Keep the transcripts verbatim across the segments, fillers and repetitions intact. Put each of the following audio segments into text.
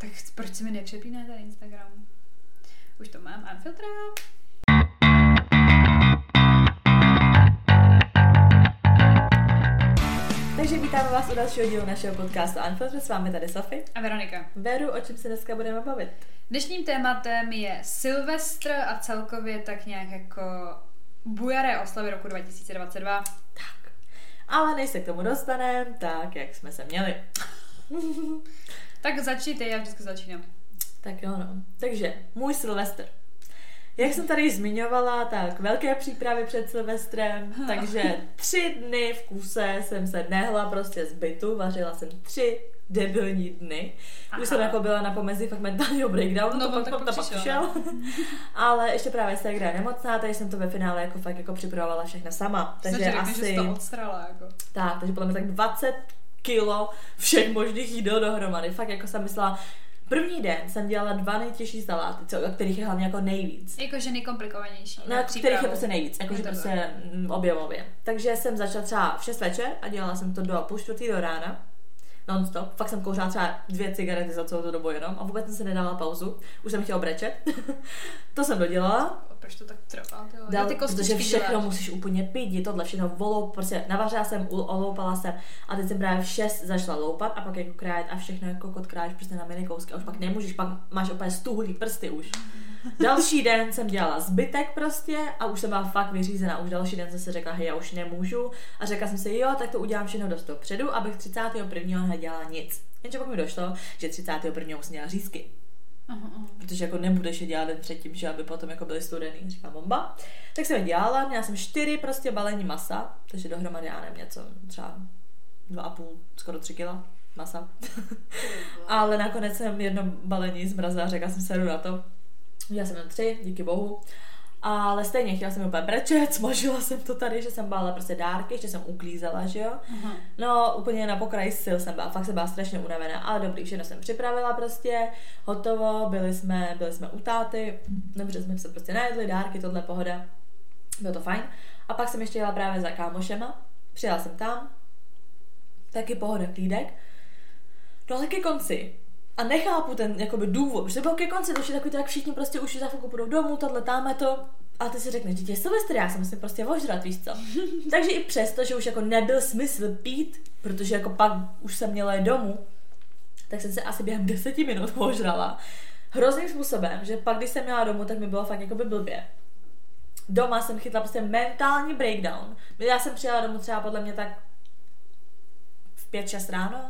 Tak proč se mi nepřepínáte Instagram? Už to mám, Unfiltra. Takže vítáme vás u dalšího dílu našeho podcastu Unfiltra. S vámi tady Sofie a Veronika. Veru, o čem se dneska budeme bavit? Dnešním tématem je Silvestr a celkově tak nějak jako bujaré oslavy roku dva tisíce dvacet dva. Tak, ale než se k tomu dostaneme, tak jak jsme se měli. Tak začněte, já vždycky začínám. Tak jo, no. Takže, můj Silvestr. Jak jsem tady zmiňovala, tak velké přípravy před Silvestrem, takže tři dny v kuse jsem se nehla prostě z bytu, vařila jsem tři debilní dny. Aha. Už jsem jako byla na pomezí fakt mentálního breakdownu, no, to pak, pak, pak přišel. Ale ještě právě se hra nemocná, takže jsem to ve finále jako fakt jako připravovala všechno sama. Takže řekne, asi... že jsi to odstrala, jako. Tak, takže podle mě tak dvacet kilo všech možných jídel dohromady. Fakt jako jsem myslela, první den jsem dělala dva nejtěžší saláty, co, o kterých je hlavně jako nejvíc. Jakože nejkomplikovanější. No, kterých je prostě nejvíc, jakože prostě objemově. Takže jsem začala třeba v šest večer a dělala jsem to do půl čtvrtý do rána. Non-stop. Fakt jsem kouřila třeba dvě cigarety za celou tu dobu jenom a vůbec jsem se nedala pauzu. Už jsem chtěla brečet. To jsem dodělala. Proč to tak trvá? Dal, protože všechno děláš. Musíš úplně pít, tohle všechno voloup, prostě navařila jsem, oloupala jsem a teď jsem právě v šest začala loupat a pak jako krájet a všechno jako kot kráješ prostě na mini kousky a už pak nemůžeš, pak máš úplně stuhlý prsty už. Další den jsem dělala zbytek prostě a už jsem byla fakt vyřízená. Už další den jsem si řekla, hej, já už nemůžu a řekla jsem si, jo, tak to udělám všechno dost dopředu, abych třicátého prvního nedělala nic. Jenže pak mi došlo, že třicátého prvního musím dělat řízky. Uhum. Protože jako nebudeš je dělat den předtím, že aby potom jako byly studený, říkám bomba. Tak jsem je dělala, měla jsem čtyři prostě balení masa, takže dohromady já nevím něco, třeba dva a půl, skoro tři kila masa. Ale nakonec jsem jedno balení zmrazila, řekla jsem se, jdu na to. Udělala jsem jen tři, díky bohu. Ale stejně chtěla jsem úplně brečet, smažila jsem to tady, že jsem bála prostě dárky, ještě jsem uklízela, že jo. Uh-huh. No úplně na pokraji sil jsem byla, fakt jsem byla strašně unavená, ale dobrý, všechno jsem připravila prostě, hotovo, byli jsme, byli jsme u táty, dobře jsme se prostě najedli, dárky, tohle pohoda, bylo to fajn. A pak jsem ještě jela právě za kámošema, přijela jsem tam, taky pohoda, klídek. No ale ke konci. A nechápu ten jakoby důvod, protože bylo ke konci, to už je takový to, jak všichni prostě už za chvilku půjdou domů, tohle, táme to. A ty si řekneš, že je Silvestr, já jsem si prostě ožrat, víš co. Takže i přesto, že už jako nebyl smysl pít, protože jako pak už jsem měla jít domů, tak jsem se asi během deseti minut ožrala. Hrozným způsobem, že pak, když jsem měla domů, tak mi bylo fakt jakoby blbě. Doma jsem chytla prostě mentální breakdown. Já jsem přijela domů třeba podle mě tak v pět šest ráno.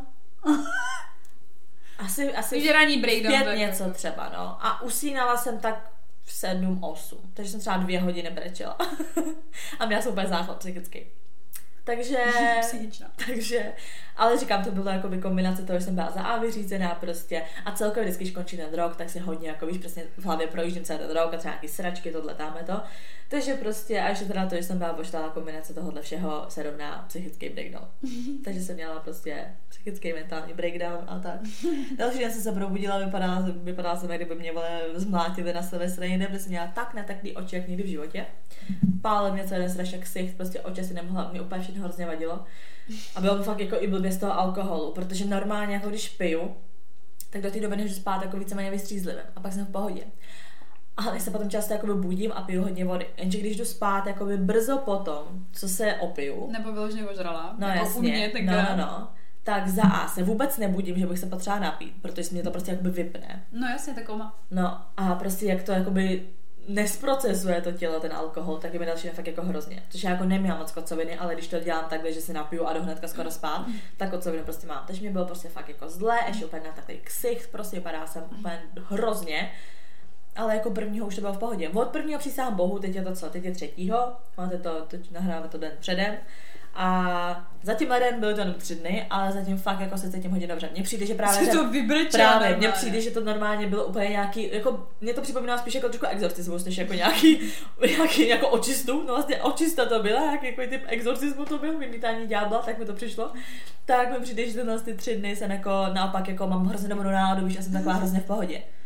Asi, asi pět něco jako. Třeba, no. A usínala jsem tak v sedm osm. Takže jsem třeba dvě hodiny brečela. A měla jsem úplně záchod psychický. Takže... takže... Ale říkám, to byla jakoby kombinace toho, že jsem byla za A vyřízená prostě. A celkově vždycky, když končí ten rok, tak si hodně jako víš, přesně v hlavě projíždím celý ten rok a třeba nějaký sračky, tohle, táme to. Takže prostě, a ještě teda to, že jsem byla poštala kombinace tohohle všeho, se rovná psychický breakdown. Takže jsem měla prostě psychický mentální breakdown a tak. Další den jsem se probudila, vypadala, vypadala jsem, jak kdyby mě vole zmlátili na Silvestra někde, protože jsem měla tak nataklý oči, jak nikdy v životě. Pálil mě celý den strašně ksicht, prostě oči si nemohla, mě úplně všechno hrozně vadilo. A bylo mi fakt jako i blbě z toho alkoholu, protože normálně jako když piju, tak do té doby než spát jako víceméně vystřízlivým a pak jsem v pohodě. Ale se potom často jakoby budím a piju hodně vody. Jenže když jdu spát jakoby brzo potom, co se opiju. Nebo vyloženě ožrala. No jako jasně, mě, tak no, no, no. Tak za A se vůbec nebudím, že bych se potřeba napít, protože mě to prostě jakoby vypne. No jasně, tak oma. No a prostě jak to jakoby nesprocesuje to tělo, ten alkohol, tak je mi další den fakt jako hrozně. Což já jako neměla moc kocoviny, ale když to dělám takhle, že si napiju a jdu hnedka skoro spát, tak kocovinu prostě mám. Takže mě bylo prostě fakt jako zlé, ještě úplně na takový ksicht, prostě vypadá jsem úplně hrozně. Ale jako prvního už to bylo v pohodě. Od prvního přísahám Bohu, teď je to co? Teď je třetího, máte to, teď nahráváme to den předem. A zatím den byly to jenom tři dny, ale zatím fakt jako se cítím hodně dobře. Mně přijde, že právě že, to právě mně přijde, že to normálně bylo úplně nějaký, jako mě to připomíná spíš jako trošku exorcismus, než jako nějaký, nějaký jako očistu, no vlastně očista to byla, jak jako typ exorcismu to byl, vymítání ďábla, tak mi to přišlo. Tak mi přijde, že tenhle ty tři dny jsem jako naopak jako mám hrozně dobrou náladu, víš, já jsem taková hrozně v pohodě.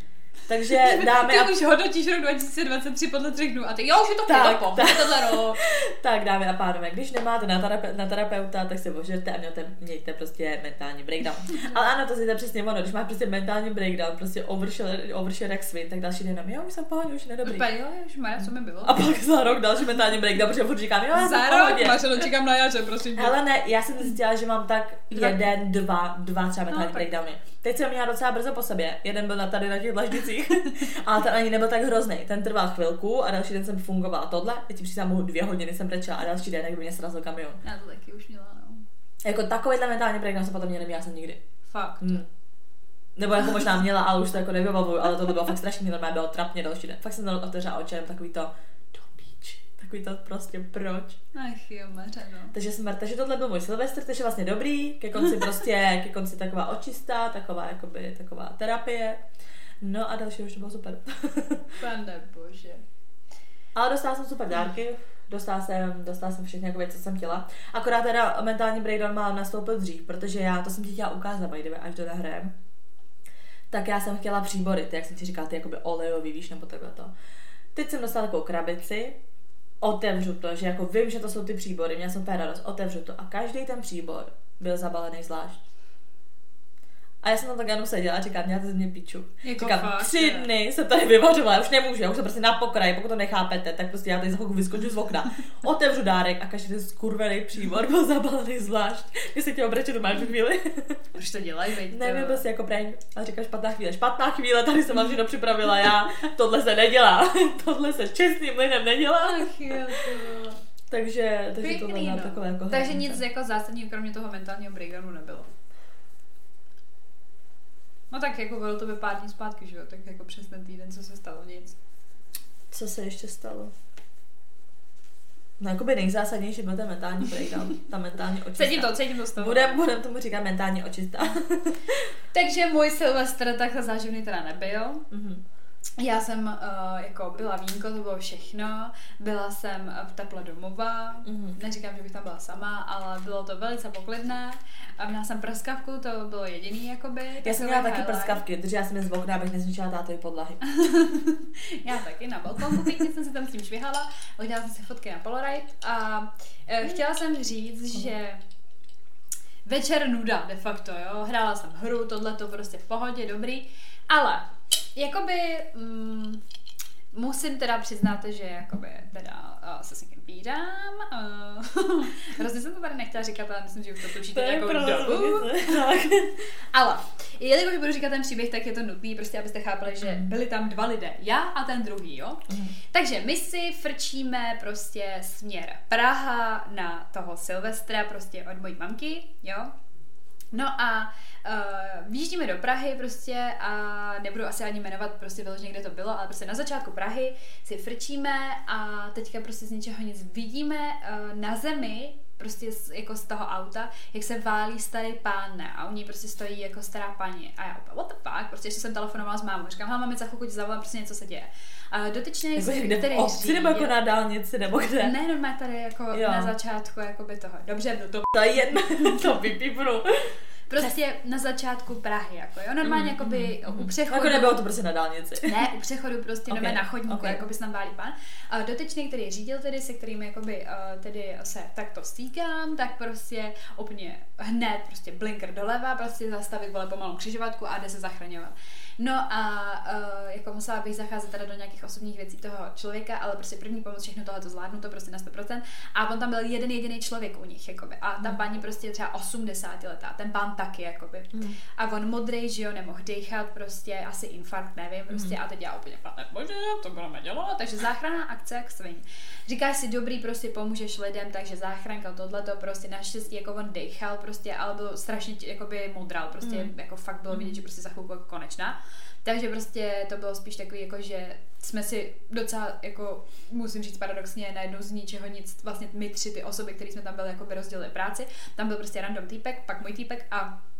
Takže dámy ty a... už hodnotíš rok dva tisíce dvacet tři podle třech dnů a ty jo, už je to tak, po, tak. tohle rok. Tak dámy a pánové, když nemáte na, terape- na terapeuta, tak se ožerte a mějte, mějte prostě mentální breakdown. Ale ano, to je přesně ono, když máš prostě mentální breakdown, prostě overshare, overshare jak svin, tak další den, jo, už jsem v pohodě, už je nedobrý. Úplně, jo, už Maja, co mi bylo. A pak za rok další mentální breakdown, protože furt říkám, jo, já jsem za v rok, pohodě. Mařeno, čekám na jaře, prosím. Hele ne, já jsem zjistila, že mám tak Dva. jeden, dva, dva třeba mentální No, breakdowny. Teď jsem měla docela brzo po sobě, jeden byl na tady na těch dlaždicích, ale ten ani nebyl tak hrozný. Ten trval chvilku a další den jsem fungovala tohle, teď ti přiznám, dvě hodiny jsem brečela a další den, jak by mě srazil kamion. Já to taky už měla, no. Jako takovýhle mentální breakdown jsem potom mě neměla jsem nikdy. Fakt. Hmm. Nebo jako možná měla, ale už to jako nevybavuju, ale to bylo fakt strašně, normálně bylo trapně další den. Fakt jsem to otevřela očem, takový to do píči, takový to prostě proč. Ach jo, Mařeno. Takže smrt, takže tohle byl můj Silvestr, takže vlastně dobrý, ke konci prostě, ke konci taková očista, taková jakoby, taková terapie. No a další už to bylo super. Pane bože. Ale dostala jsem super dárky, dostala jsem, dostala jsem všechny jako věci, co jsem chtěla. Akorát teda mentální breakdown má nastoupil dřív, protože já, to jsem ti chtěla ukázat, kdyby až do nahrajem. Tak já jsem chtěla příbory, ty, jak jsem ti říkala, ty jakoby olejový, víš, nebo takhle to. Teď jsem dostala takovou krabici, otevřu to, že jako vím, že to jsou ty příbory, měla jsem úplně radost, otevřu to a každý ten příbor byl zabalený zvlášť. A já jsem tam tak jenom seděla a říkám, měla ze mě piču. Jako říkám, fakt, tři ne? dny jsem tady vyvařovala, já už nemůžu, já už jsem prostě na pokraji, pokud to nechápete, tak prostě já tady za chvilku vyskočím z okna. Otevřu dárek a každý ten skurvený příbor byl zabalený zvlášť. Když se chtěla brečet, to máš v chvíli. Proč to dělají, veď? Nevím, byl si jako prank. A říkáš špatná chvíle. Špatná chvíle, tady jsem vám všechno připravila já. Tohle se nedělá. Tohle se čestným lidem nedělá. Ach jo, to... Takže, takže Pěkný, tohle mám no. takové jako... Takže hranice. nic jako zásadního, kromě toho mentálního breakdownu nebylo. No tak jako bylo to by pár dní zpátky, že jo? Tak jako přes ten týden, co se stalo, nic. Co se ještě stalo? No jakoby nejzásadnější byl ten mentální breakdown, ta mentální očista. Cítím to, cítím to z toho. Budem, budem tomu říkat mentální očista. Takže můj Silvestr takhle záživný teda nebyl. Mm-hmm. Já jsem uh, jako byla vínko, to bylo všechno. Byla jsem v teple domova. Mm-hmm. Neříkám, že bych tam byla sama, ale bylo to velice poklidné. A měla jsem prskavku, to bylo jediný jakoby. Já jsem měla taky prskavky, protože já jsem je z okna, abych nezničila tátovi podlahy. Já taky na balkónku, pěkně jsem si tam s tím švihala, udělala jsem si fotky na Polaroid a uh, chtěla jsem říct, že večer nuda de facto, jo. Hrála jsem hru, tohle to prostě v pohodě, dobrý, ale jakoby mm, musím teda přiznat, že jakoby teda uh, se s někým pídám. Uh, hrozně jsem to tady nechtěla říkat, ale myslím, že už to tušíte nějakou dobu. Ale jelikož budu říkat ten příběh, tak je to nutný, prostě abyste chápali, že byli tam dva lidé, já a ten druhý, jo. Mm. Takže my si frčíme prostě směr Praha na toho Silvestra, prostě od mojí mamky, jo. No a uh, vyjíždíme do Prahy prostě a nebudu asi ani jmenovat prostě vyloženě, kde to bylo, ale prostě na začátku Prahy si frčíme a teďka prostě z ničeho nic vidíme uh, na zemi, prostě z, jako z toho auta, jak se válí starý pán, ne, a u ní prostě stojí jako stará paní a já opět, what the fuck, prostě ještě jsem telefonovala s mámou, říkám, hele mami, za chvilku ti zavolám, prostě něco se děje. A dotyčný, jako který kde v obci nebo jako na dálnici, nebo kde? Ne, normálně tady jako jo. Na začátku jakoby toho, dobře, byl to to je jedno, to vypípnu. Prostě na začátku Prahy, jako jo, normálně mm, jakoby mm, u přechodu. Jako nebylo to prostě na dálnici. Ne, u přechodu prostě okay, na chodníku, okay. Jakoby se tam válí pán. A dotyčný, který řídil tedy, se kterým jakoby uh, tedy se takto stýkám, tak prostě úplně hned prostě blinker doleva, prostě zastavit vole pomalou křižovatku a jde se zachraňovat. No a uh, jako musela bych zacházet teda do nějakých osobních věcí toho člověka, ale prostě první pomoc, všechno tohle to zvládnu, to prostě na sto procent. A on tam byl jeden jediný člověk u nich, jakoby. A ta paní prostě třeba osmdesátiletá, ten pán taky, jakoby. Mm. A on modrej, že jo, nemohl dechat, prostě asi infarkt, nevím, prostě. Mm. A teď já úplně, pane bože, to budeme dělat. Takže záchranná akce jak svin. Říkáš si, dobrý, prostě pomůžeš lidem, takže záchranka, tohleto, prostě naštěstí, jako on dechal, prostě, ale byl strašně, jakoby modral, prostě, mm. jako fakt bylo vidět, že prostě za chvilku jako konečná. Takže prostě to bylo spíš takový, jako že jsme si docela, jako musím říct paradoxně, najednou z ničeho nic, vlastně my tři ty osoby, které jsme tam byli, jako by rozdělili práci, tam byl prostě random týpek, pak můj týpek a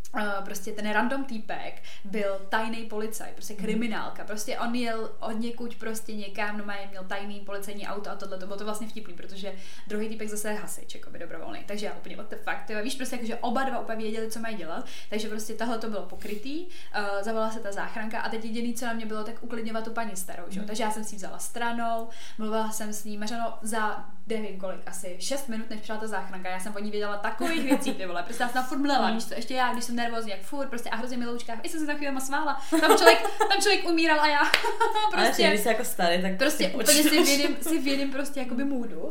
Uh, prostě ten random týpek byl tajný policaj, prostě kriminálka, prostě on jel od někud prostě někam, no má měl tajný policejní auto a tohle, to bylo to vlastně vtipný, protože druhý týpek zase je hasič, jakoby dobrovolný, takže já úplně what the fuck, tyjo, víš, prostě jakože oba dva úplně věděli, co mají dělat, takže prostě tohle to bylo pokrytý, uh, zavolala se ta záchranka a teď jediný, co na mě bylo, tak uklidňovat tu paní starou, že? Mm. Takže já jsem si ji vzala stranou, mluvila jsem s ní, mařeno za nevím kolik, asi šest minut, než přišla ta záchranka, já jsem o ní věděla takových věcí, ty vole, prostě já jsem furt mlela, víš co, ještě já, když jsem nervózní, jak furt, prostě a hrozně miloučka, i jsem se za chvíli smála, tam člověk, tam člověk umíral a já, prostě. Ale když jsi jako starý, tak prostě úplně si vědím, si vědím prostě jakoby můdu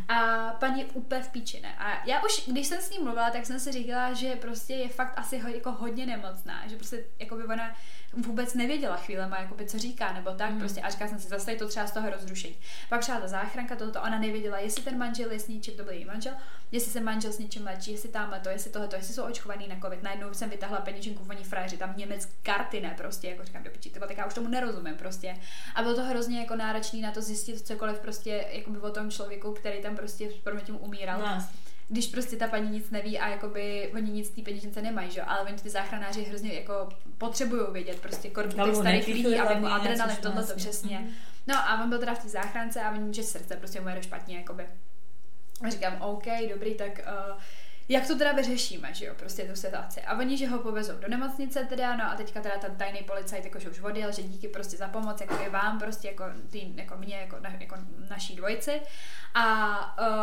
a paní úplně v píči, ne, a já už, když jsem s ní mluvila, tak jsem si říkala, že prostě je fakt asi ho, jako hodně nemocná, že prostě jakoby ona vůbec nevěděla chvílema, jakoby, co říká, nebo tak, mm. prostě a říkala jsem si, zase to třeba z toho rozrušení. Pak přišla ta záchranka, toto, ona nevěděla, jestli ten manžel je s něčím, to byl její manžel, jestli se manžel s něčím léčí, jestli tamhle to, jestli tohleto, jestli jsou očkovaný na covid. Najednou jsem vytáhla peněženku, oni frajeři, tam Němec karty, ne, prostě, jako říkám, do piči, tak já už tomu nerozumím, prostě. A bylo to hrozně jako náročný na to zjistit cokoliv, prostě, jakoby o tom člověku, který tam prostě pro tím umíral. No. Když prostě ta paní nic neví a jakoby oni nic té peněžence nemají, že? Ale oni ty záchranáři hrozně jako potřebují vědět prostě korbu těch starých lidí a mu adrenalin, tohle to přesně. Mm-hmm. No a on byl teda v té záchrance a oni, že srdce prostě mu jede špatně, jakoby. A říkám, OK, dobrý, tak uh, jak to teda vyřešíme, že jo, prostě tu situaci. A oni, že ho povezou do nemocnice teda, no a teďka teda ten tajný policajt jakože už odjel, že díky prostě za pomoc, jako je vám, prostě jako, tý, jako mě, jako, na, jako naší dvojici. A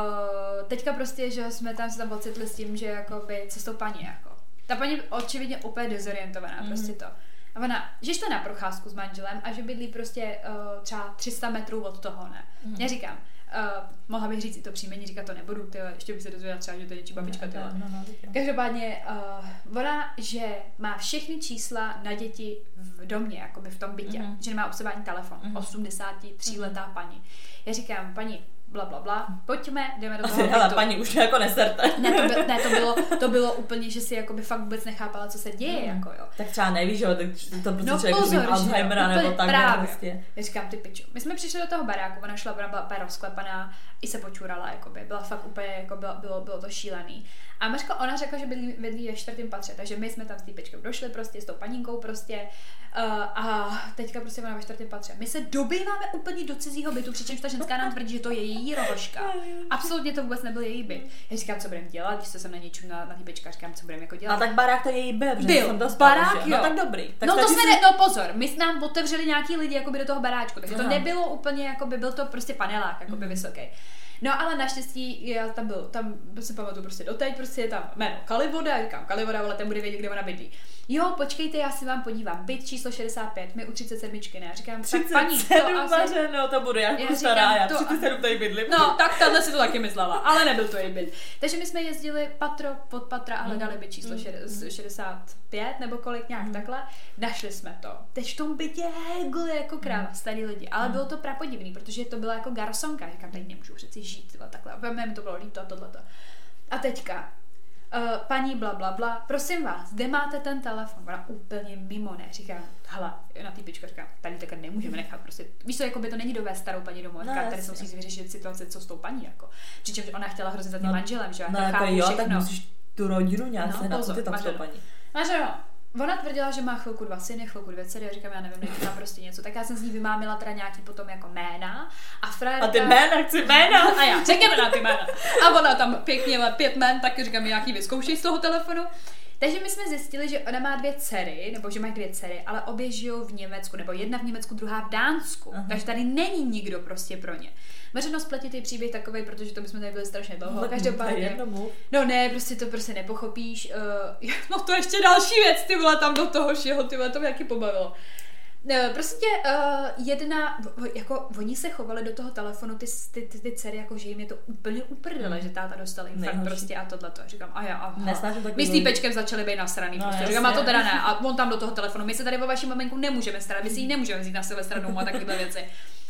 uh, teďka prostě, že jsme tam se tam ocitli s tím, že jakoby, co s tou paní, jako. Ta paní očividně úplně dezorientovaná, mm. prostě to. A ona, že šla na procházku s manželem a že bydlí prostě uh, třeba tři sta metrů od toho, ne. Mm. Já říkám, Uh, mohla bych říct i to příjmení, říkat to nebudu, tyhle, ještě bych se dozvěděla třeba, že to je něčí babička, tyhle. No, no, no, Každopádně uh, ona, že má všechny čísla na děti v domě, jakoby v tom bytě, mm-hmm. že nemá u sebe ani telefon, mm-hmm. osmdesátitříletá mm-hmm. paní. Já říkám, paní, bla, bla, bla, pojďme, jdeme do toho bytu. Ale paní už jako neserte. Ne, to, by, ne to, bylo, to bylo úplně, že si jakoby fakt vůbec nechápala, co se děje, mm. jako jo. Tak třeba nevíš, že to prostě no, člověk pozor, Alzheimera nebo tak. Právě. Prostě. Já říkám, ty piču. My jsme přišli do toho baráku, ona šla, ona byla úplně rozklepaná, i se počurala, jakoby. Byla fakt úplně, jako bylo, bylo, bylo to šílený. A Mařko, ona řekla, že bydlí, bydlí ve čtvrtém patře, takže my jsme tam s týpečkou došli prostě, s tou panínkou prostě uh, a teďka prostě ona ve čtvrtém patře. My se dobýváme úplně do cizího bytu, přičemž ta ženská nám tvrdí, že to je její rohoška. Absolutně to vůbec nebyl její byt. Já říkám, co budeme dělat, když se sem na něčem na, na týpečka, říkám, co budeme jako dělat. A tak barák to je její byt, byl, jsem dostal, barák, jo. No tak dobrý. Tak no to jsme, si... ne, no pozor, my jsme nám otevřeli nějaký lidi jakoby do toho baráčku, takže to Aha. nebylo úplně, jakoby byl to prostě panelák, jakoby mm. vysoký. No ale naštěstí já tam byl, tam si pamatuju prostě doteď, prostě je tam jméno Kalivoda, říkám Kalivoda, ale ten bude vědět, kde ona bydlí. Jo, počkejte, já si vám podívám, byt číslo šedesát pět, my u třicet sedm, ne, říkám, tak paní, to asi... no to budu, já budu stará, já třicet sedm tady bydlím. No, tak tahle si to taky myslela, ale nebyl to její byt. Takže my jsme jezdili patro pod patra a hledali byt číslo šedesát pět nebo kolik, nějak mm. takhle, našli jsme to. Teď v tom bytě hegli jako kráva, starý lidi, ale mm. bylo to prapodivný, protože to byla jako garsonka, říkám, tady nemůžu přeci žít, tyhle, takhle, a mi to bylo líto a tohleto. A teďka, Uh, paní bla bla bla, prosím vás, kde máte ten telefon? Ona úplně mimo, ne, říká, hele, na týpička říká, tady takhle nemůžeme nechat, prostě, víš co, jako by to není dovést starou paní domů, no, tady se musí vyřešit situace, co s tou paní, jako. Přičemž ona chtěla hrozně za tím no, manželem, že no, jako jo, tak musíš tu rodinu nějak no, se napůjty tam s tou paní. Maženo, ona tvrdila, že má chvilku dva syny, chvilku dvě dcery, já říkám, já nevím, nejde tam prostě něco. Tak já jsem z ní vymámila teda nějaký potom jako jména a frajerka... A ty jména, chci jména! A já, řekněme na ty jména. A ona tam pěkně má pět jmén, tak říkám, nějaký vyzkoušej z toho telefonu. Takže my jsme zjistili, že ona má dvě dcery, nebo že má dvě dcery, ale obě žijou v Německu, nebo jedna v Německu, druhá v Dánsku. Aha. Takže tady není nikdo prostě pro ně. Mařeno spletitý příběh takovej, protože to bychom tady byli strašně dlouho. No, každopádně. No ne, prostě to prostě nepochopíš. Uh, no to ještě další věc, ty vole, tam do toho všeho, ty vole, to mě jaký pobavilo. No, prostě uh, jedna, jako oni se chovali do toho telefonu, ty, ty, ty, ty dcery, jako že jim je to úplně uprdele, mm. že táta dostal infarkt prostě a tohleto. Říkám, a já, aha. My s týpečkem začali být nasraný, no, prostě. Říkám, a to teda ne. A on tam do toho telefonu, my se tady o vaší maminku nemůžeme starat, my si ji nemůžeme vzít na sebe stranou a takovéhle věci.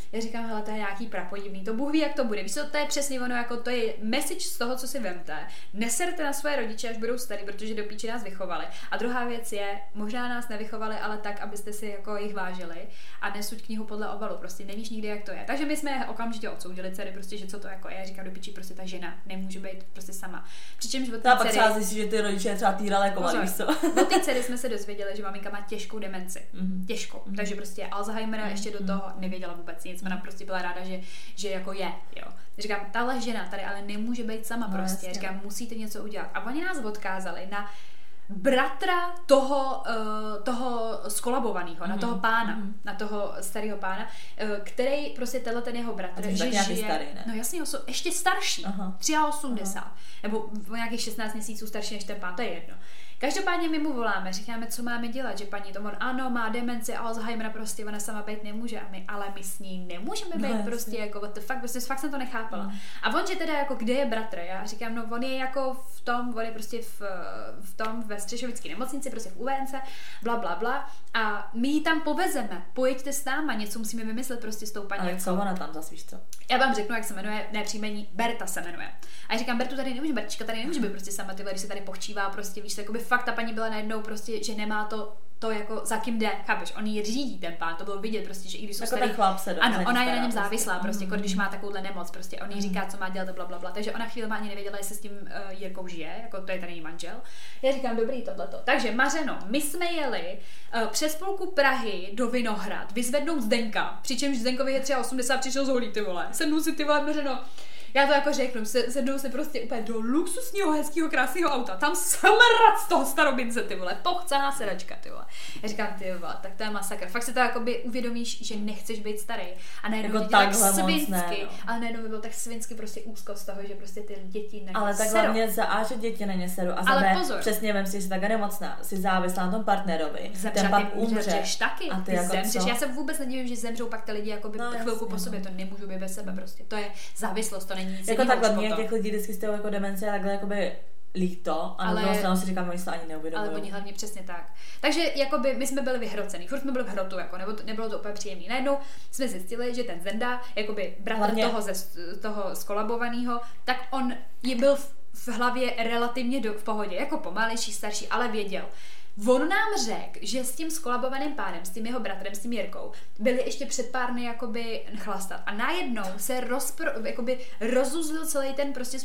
Já říkám, hele, to je nějaký prapodivný, to Bůh ví, jak to bude. Víš co, to je přesně ono, jako to je message z toho, co si vemte. Neserte na své rodiče, až budou starý, protože do píči nás vychovali. A druhá věc je, možná nás nevychovali, ale tak, abyste si jako jich vážili a nesuď knihu podle obalu. Prostě nevíš nikdy, jak to je. Takže my jsme okamžitě odsoudili dcery, prostě, že co to jako je. Já říkám, do píči, prostě ta žena nemůže být prostě sama. Přičemž od té dcery... třeba zjistí, že ty rodiče třeba týrali jako malý, víš co? Od té dcery jsme se dozvěděli, že maminka má těžkou demenci. Mm-hmm. Těžkou. Mm-hmm. Takže prostě Alzheimera mm-hmm. ještě do toho nevěděla vůbec nic. Ona prostě byla ráda, že, že jako je, jo. Říkám, tahle žena tady ale nemůže být sama no, prostě. Jasně. Říkám, musíte něco udělat. A oni nás odkázali na bratra toho, uh, toho skolabovaného, mm-hmm. na toho pána, mm-hmm. na toho starého pána, uh, který prostě tenhle ten jeho bratr, že žije, starý, ne? No jasně, oso, ještě starší, osmdesát tři, nebo o nějakých šestnáct měsíců starší než ten pán, to je jedno. Každopádně my mu voláme, říkáme, co máme dělat, že paní to on, ano, má demenci, Alzheimera, prostě ona sama být nemůže, a my, ale my s ní nemůžeme být no, prostě jako what the fuck, prostě fakt jsem to nechápala. Mm. A on, že teda jako, kde je bratr, já říkám, no on je jako v tom, on je prostě v, v tom ve Střešovické nemocnici, prostě v U V N C, bla, bla, bla, a my ji tam povezeme, pojďte s náma, něco musíme vymyslet prostě s tou paní. Ale co ona tam zase, víš co? Já vám řeknu, jak se jmenuje, ne příjmení, Berta se jmenuje. A já říkám, Bertu tady nemůže, Bertička tady nemůže být prostě sama, tyhle, když se tady pochčívá, prostě víš, jakoby fakt ta paní byla najednou prostě, že nemá to, to jako za kým jde, chápeš, on ji řídí ten pán, to bylo vidět prostě, že i když jsou jako starý, chlap se do, ano, ona je na něm závislá prostě, prostě, jako když má takovouhle nemoc, prostě on jí říká, co má dělat, bla, bla, bla, takže ona chvíli má ani nevěděla, jestli s tím uh, Jirkou žije, jako to je ten její manžel. Já říkám, dobrý, tohleto. Takže Mařeno, my jsme jeli uh, přes půlku Prahy do Vinohrad, vyzvednout Zdenka, přičemž Zdenkovi je osmdesát tři, přišel z holí, ty vole, sednu si, ty vole, Mařeno. Já to jako řeknu, sednou se prostě úplně do luxusního, hezkého, krásného auta. Tam smrad z toho starobince, ty vole, pochcaná sedačka, ty vole. Já říkám, ty vole, tak to je masakr. Fakt si to jakoby uvědomíš, že nechceš být starý. A najednou jako tak svinsky, ne, no. Ale najednou by bylo tak svinsky prostě úzko z toho, že prostě ty děti na ně ale tak hlavně za A, že děti na ně seru. A za B, přesně vem si, že jsi tak nemocná, jsi závislá na tom partnerovi. Zemře, ten pak umře. Taky, a ty, ty jako zemřeš. Já se vůbec nedivím, že zemřou pak ty lidi jakoby no, chvilku jasně, po sobě. To nemůžu být bez sebe prostě. To je závislost, to není nic. Jako takhle, mě těch lidí vždycky s tou jako demenci a takhle jakoby líto, a na druhou stranu si říkám, oni se to ani neuvědomují. Ale oni hlavně přesně tak. Takže jakoby my jsme byli vyhrocený, furt jsme byli v hrotu, jako, nebo to, nebylo to úplně příjemné. Najednou jsme zjistili, že ten Zenda, jakoby bratr hlavně toho, ze, toho skolabovaného, tak on je byl v, v hlavě relativně do, v pohodě, jako pomalejší, starší, ale věděl. On nám řekl, že s tím skolabovaným pánem, s tím jeho bratrem, s tím Jirkou, byli ještě před pár dny jakoby chlastat. A najednou se rozpro, jakoby rozuzlil celý ten prostě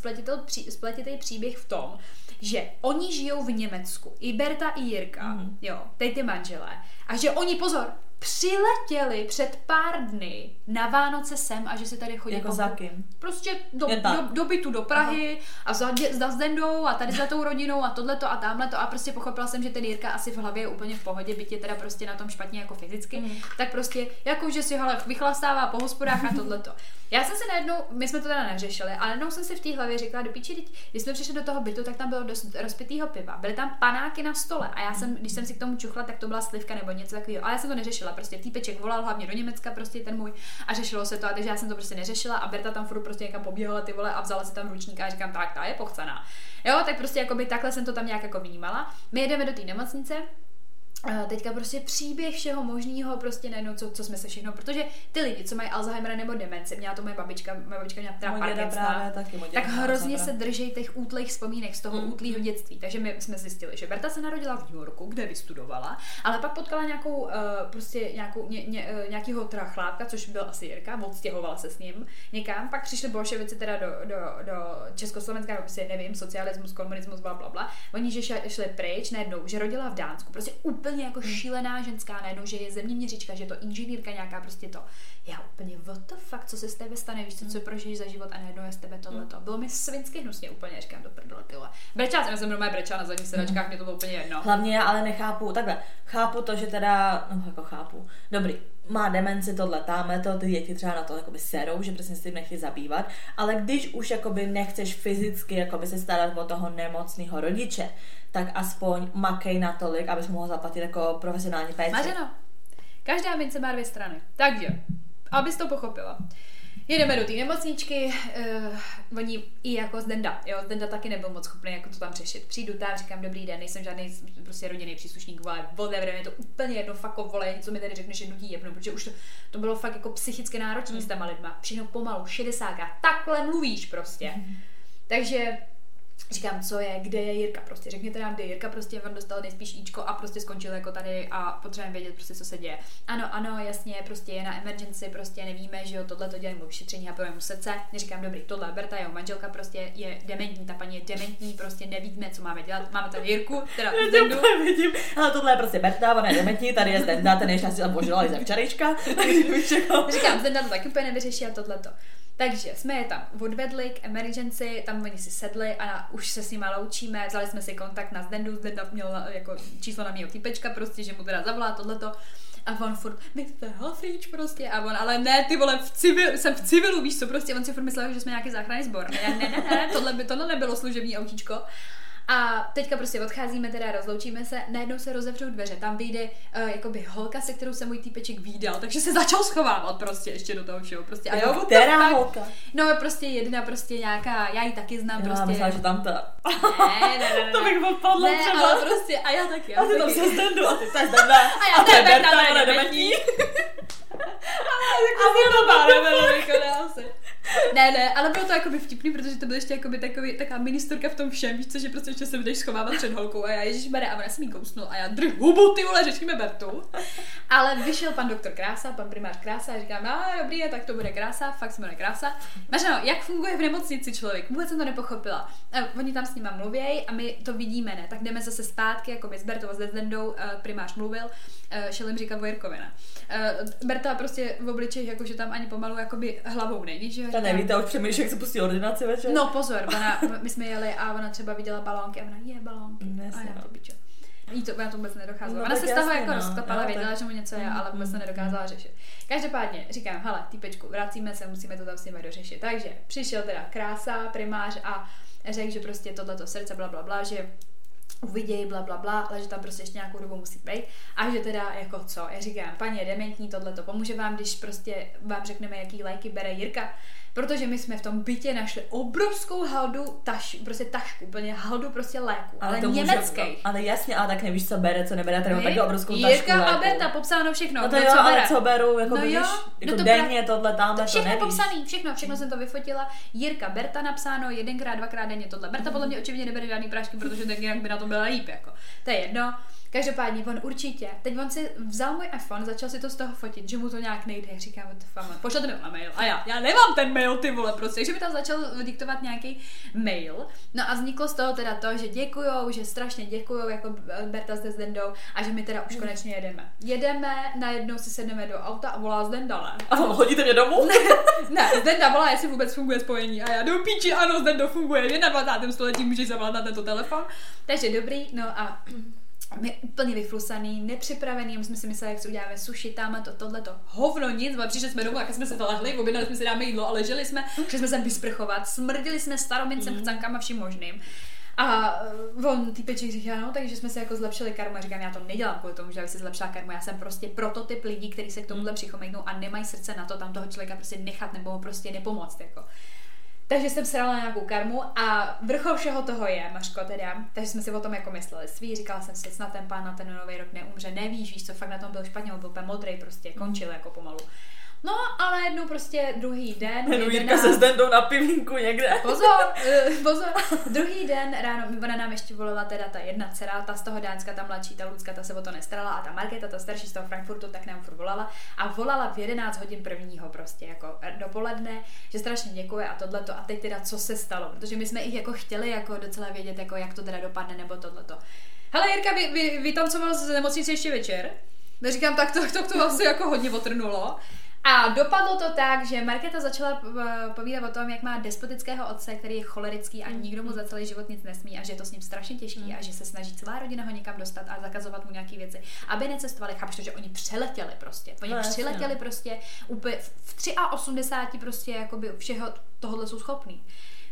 spletitý příběh v tom, že oni žijou v Německu. I Berta, i Jirka, mm. jo, teď ty manželé. A že oni, pozor, přiletěli před pár dny na Vánoce sem a že se tady chodí jako za kým? Prostě do, do, do bytu do Prahy. Aha. A za, za Zdendou a tady za tou rodinou a tohleto a tamhleto a prostě pochopila jsem, že ten Jirka asi v hlavě je úplně v pohodě, byť je teda prostě na tom špatně jako fyzicky, mm. tak prostě jako, že si ho vychlastává po hospodách a tohleto. Já jsem si najednou, my jsme to teda neřešili, ale najednou jsem si v té hlavě říkala, do píči, když jsme přišli do toho bytu, tak tam bylo dost rozpitýho piva, byly tam panáky na stole a já jsem, když jsem si k tomu čuchla, tak to byla slivka nebo něco takového, ale já jsem to neřešila, prostě týpeček volal hlavně do Německa, prostě ten můj a řešilo se to, a takže já jsem to prostě neřešila a Berta tam furt prostě někam pobíhala ty vole a vzala si tam ručník a říkám, tak ta je pochcaná. Jo, tak prostě jakoby takhle jsem to tam nějak jako vnímala. My jedeme do té nemocnice. Teďka prostě příběh všeho možného, prostě najednou, co, co jsme se všechno, protože ty lidi, co mají Alzheimera nebo demenci, měla to moje babička, moje babička měla teda Parkinsona, tak hrozně se držej těch útlých vzpomínek z toho mm. útlýho dětství. Takže my jsme zjistili, že Berta se narodila v New Yorku, kde vystudovala, ale pak potkala nějakou, uh, prostě nějakou, ně, ně, uh, nějakýho teda chlápka, což byl asi Jirka, odstěhovala se s ním někam, pak přišli bolševici teda do, do, do Československa, prostě nevím, socialismus, komunismus, bla, bla, bla. Oni že šli pryč najednou, že rodila v Dánsku, prostě úplně jako šílená ženská najednou, že je zeměměřička, že je to inženýrka nějaká, prostě to. Já úplně, what the fuck, co se z tebe stane, víš co, co prožiješ za život a najednou je z tebe tohleto. Bylo mi svinsky hnusně úplně, říkám do prdele, tyhle. Brečela jsem, já jsem doma brečela na zadních sedačkách, mě to bylo úplně jedno. Hlavně já ale nechápu, takhle, chápu to, že teda, no jako chápu, dobrý, má demenci, tohle, táme to, ty děti třeba na to jakoby serou, že prostě s tím nechci zabývat, ale když už jakoby nechceš fyzicky jakoby se starat o toho nemocného rodiče, tak aspoň makej natolik, abys mohl zaplatit jako profesionální péči. Mařeno, každá mince má dvě strany. Takže, abys to pochopila. Jedeme do té nemocničky, uh, oni i jako Zdenda, jo, Zdenda taky nebyl moc schopný jako to tam řešit. Přijdu tam, říkám dobrý den, nejsem žádný prostě rodinný příslušník, vole, whatever, je to úplně jedno, fakt vole, co mi tady řekneš, jednu tí jebnu, protože už to, to bylo fakt jako psychicky náročný mm. s těma lidma, všechno pomalu, šedesátkrát, takhle mluvíš prostě. Mm. Takže říkám, co je, kde je Jirka prostě, řekněte nám, kde je Jirka, prostě on dostal nejspíš íčko a prostě skončil jako tady a potřebujeme vědět prostě, co se děje. Ano, ano, jasně, prostě je na emergency, prostě nevíme, že jo, tohle to dělají mu vyšetření a povím mu srdce. Říkám, dobrý, tohle Berta, jeho manželka prostě je dementní, ta paní je dementní, prostě nevíme, co máme dělat. Máme tady Jirku, teda Zdendu. Vidím, ale tohle je prostě Berta, ona je dementní, tady je Zdenda, ten ještě asi tam požrali ze včerejška. Říkám, Zdenda to taky úplně nevyřeší a tohleto. Takže jsme je tam odvedli k emergency, tam oni si sedli a už se s nima loučíme, vzali jsme si kontakt na Zdendu, Zdenda měl jako číslo na mýho týpečka prostě, že mu teda zavolá tohleto a on furt, mister Hafríč prostě a on, ale ne, ty vole, v civil, jsem v civilu, víš co, prostě on si furt myslel, že jsme nějaký záchranný sbor, ne, ne, ne, ne, tohle by tohle nebylo služební autíčko. A teďka prostě odcházíme, teda rozloučíme se, najednou se rozevřou dveře, tam vyjde uh, jakoby holka, se kterou se můj týpeček vídal, takže se začal schovávat prostě ještě do toho všeho. Prostě. A jo, která holka? No prostě jedna prostě nějaká, já ji taky znám já, prostě. Já myslela, že tam ta. Ne, ne, ne, ne. To bych odpadla ne, třeba. ale prostě, a já taky. Já a ty tam se Zdendu, a ty se Zdenda. A já to je Berta, ona je dementní. A to to nebylo vykonal se. Ne, ne, ale bylo to jakoby vtipný, protože to bylo ještě jakoby takový, taková ministorka v tom všem, víš co, že prostě ještě se budeš schovávat před holkou a já ježišmarja, a ona se mi kousnul a já drž hubu, ty vole, řešíme Bertu. Ale vyšel pan doktor Krása, pan primář Krása a říkám, no dobrý, tak to bude Krása, fakt se jmenuje Krása. Mařeno, jak funguje v nemocnici člověk? Vůbec jsem to nepochopila. Oni tam s nima mluvějí a my to vidíme, ne? Tak jdeme zase zpátky, jakoby s Bertou a s Zdendou, primář mluvil, šel jim říkat o Jirkovina. Berta prostě v obličeji, jakože tam ani pomalu jakoby hlavou není, že jo? Ta nevíte, už přemýšlí, jak se pustí ordinaci večer. No pozor, ona, my jsme jeli a ona třeba viděla balónky a ona je balónky. Nesmí, a já to bičo. Jí to, ona to vůbec nedocházela. No, ona se z toho jako no. rozklepala, no, věděla, tak... že mu něco je, ale vůbec to nedokázala řešit. Každopádně říkám, hele, týpečku, vracíme se, musíme to tam s nimi dořešit. Takže přišel teda Krása, primář a řekl, že prostě tohleto srdce, bla, bla, bla, že uvidějí, bla, bla, bla, ale že tam prostě ještě nějakou dobu musí být. A že teda jako co, já říkám, paní je dementní, tohleto pomůže vám, když prostě vám řekneme, jaký léky bere Jirka. Protože my jsme v tom bytě našli obrovskou haldu, taš, prostě tašku, úplně haldu prostě léku, ale, ale německý. Může, ale jasně, ale tak nevíš, co bere, co nebere, tady taky obrovskou tašku Jirka a Berta, popsáno všechno, no to jo, co ale bere. Co beru, jako no víš, jo, jako no denně, pra... tohle, tamhle, to, všechno to nevíš. popsaný, všechno, všechno jsem to vyfotila. Jirka, Berta napsáno, jedenkrát, dvakrát denně tohle. Berta podle mě očividně nebere žádný prášky, protože tak jinak by na to byla líp, jako. To je jedno. Každopádně on určitě, teď on si vzal můj iPhone, začal si to z toho fotit, že mu to nějak nejde, říkám, pošlete mi na mail a já, já nemám ten mail, ty vole, prostě, že mi tam začal diktovat nějaký mail, no a vzniklo z toho teda to, že děkujou, že strašně děkujou, jako Berta s Zdendou a že my teda už konečně jedeme. Jedeme, najednou si sedneme do auta a volá Zdenda, ne? A hodíte mě domů? Ne, Zdenda volá, jestli vůbec funguje spojení a já do píči, ano, Zdendo funguje, v dvacátém prvním století můžeš zavolat na tento telefon, takže dobrý, no a my úplně vyflusaný, nepřipravený, my jsme si mysleli, jak si uděláme sushi, tam to, tohleto, hovno, nic, ale přišli jsme domů, jak jsme se zalehli, objednali jsme si dáme jídlo a leželi jsme, šli jsme se vysprchovat, smrdili jsme staromincem, mm. chcankama, vším možným. A on týpeček říká, no, takže jsme se jako zlepšili karmu a říkám, já to nedělám kvůli tomu, že bych si zlepšila karmu, já jsem prostě prototyp lidí, kteří se k tomuhle přichomejnou a nemají srdce na to tam toho člověka prostě nechat nebo mu prostě nepomoct, jako. Takže jsem srala na nějakou karmu a vrchol všeho toho je, Mařko, teda, takže jsme si o tom jako mysleli svý, říkala jsem si, snad ten pán na ten nový rok neumře, nevíš, víš co, fakt na tom byl špatně, on byl úplně modrej, prostě končil jako pomalu. No, ale jednou prostě druhý den... Jednou Jirka se Zdendou na pivínku někde. Pozor, pozor. Druhý den ráno, ona nám ještě volala teda ta jedna dcera, ta z toho Dánska, ta mladší, ta Lucka, ta se o to nestarala a ta Markéta, ta starší z toho Frankfurtu, tak nám furt volala a volala v jedenáct hodin prvního prostě, jako dopoledne, že strašně děkuje a tohleto a teď teda co se stalo, protože my jsme ich jako chtěli jako docela vědět, jako jak to teda dopadne nebo tohleto. Hele Jirka, vy, vy, vytancoval z nemocnice ještě večer? Říkám, tak to, to, to, to asi jako hodně otrnulo. A dopadlo to tak, že Markéta začala povídat o tom, jak má despotického otce, který je cholerický a nikdo mu za celý život nic nesmí a že je to s ním strašně těžký mm. a že se snaží celá rodina ho někam dostat a zakazovat mu nějaký věci, aby necestovali. Chápeš to, že oni přeletěli prostě. Oni no, přiletěli no. prostě úplně v osmdesáti tři prostě jakoby všeho tohohle jsou schopní.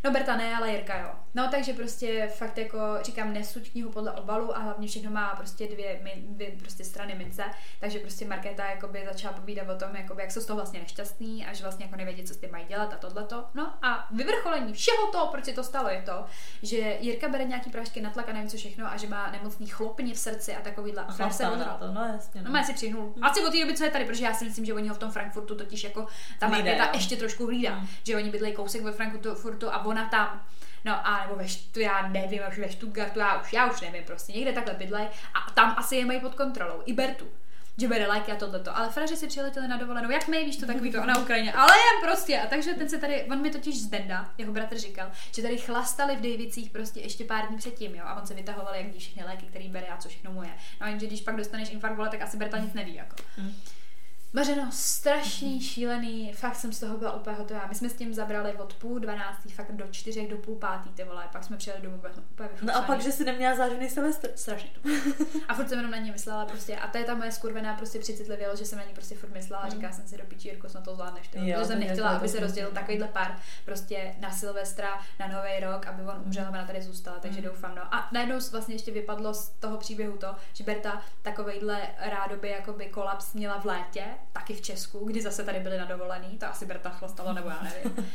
No Berta ne, ale Jirka jo. No takže prostě fakt jako říkám, nesuď knihu podle obalu a hlavně všechno má prostě dvě, dvě prostě strany mince, takže prostě Markéta jakoby začala povídat o tom, jakoby, jak jsou z toho vlastně nešťastný a že vlastně jako nevědí, co s tím mají dělat a tohleto. No a vyvrcholení všeho toho, proč se to stalo, je to, že Jirka bere nějaký prášky na tlak a nevím co všechno a že má nemocný chlopně v srdci a takovýhle. A Frér se odhral. To, no jasně. No, no má si přihnul. Hmm. Asi od té doby, co je tady, protože já si myslím, že oni ho v tom Frankfurtu totiž jako ta Markéta ještě trošku hlídá, hmm. že oni bydlejí kousek ve Frankfurtu a ona tam. No a nebo ve Štu, já nevím, už ve Stuttgartu, já už, já už nevím, prostě někde takhle bydlej a tam asi je mají pod kontrolou, i Bertu, že bere lajky a tohleto, ale frajeři si přiletěli na dovolenou, jak my, víš to takový to na Ukrajině, ale jen prostě a takže ten se tady, on mi totiž z Denda, jeho bratr říkal, že tady chlastali v Dejvicích prostě ještě pár dní předtím, jo, a on se vytahoval, jak ví všechny léky, který bere a co všechno mu je, no a jenže když pak dostaneš infarkt, vole, tak asi Berta nic neví, jako. Mm. Mařeno, strašný, šílený, fakt jsem z toho byla úplně hotová. My jsme s tím zabrali od půl dvanáctý, fakt do čtyřech, do půl pátý, ty vole, pak jsme přijeli domů, úplně vyfučený. No a pak, že jsi neměla záživný Silvestr. Strašně to. A furt jsem jenom na ní myslela prostě, a to je ta moje skurvená prostě přicitlivělo, že jsem na ní prostě furt myslela a říkala jsem si do piči, Jirko, snad to zvládneš, ty, protože jsem nechtěla, aby se rozdělil takovýhle pár prostě na Silvestra, na Nový rok, aby on umřel a ona tady zůstala, takže mm. doufám, no. A najednou vlastně ještě vypadlo z toho příběhu to, že Berta takovejhle rádoby jakoby kolaps měla v létě, taky v Česku, kdy zase tady byli na dovolený, to asi Berta chlastala, nebo já nevím.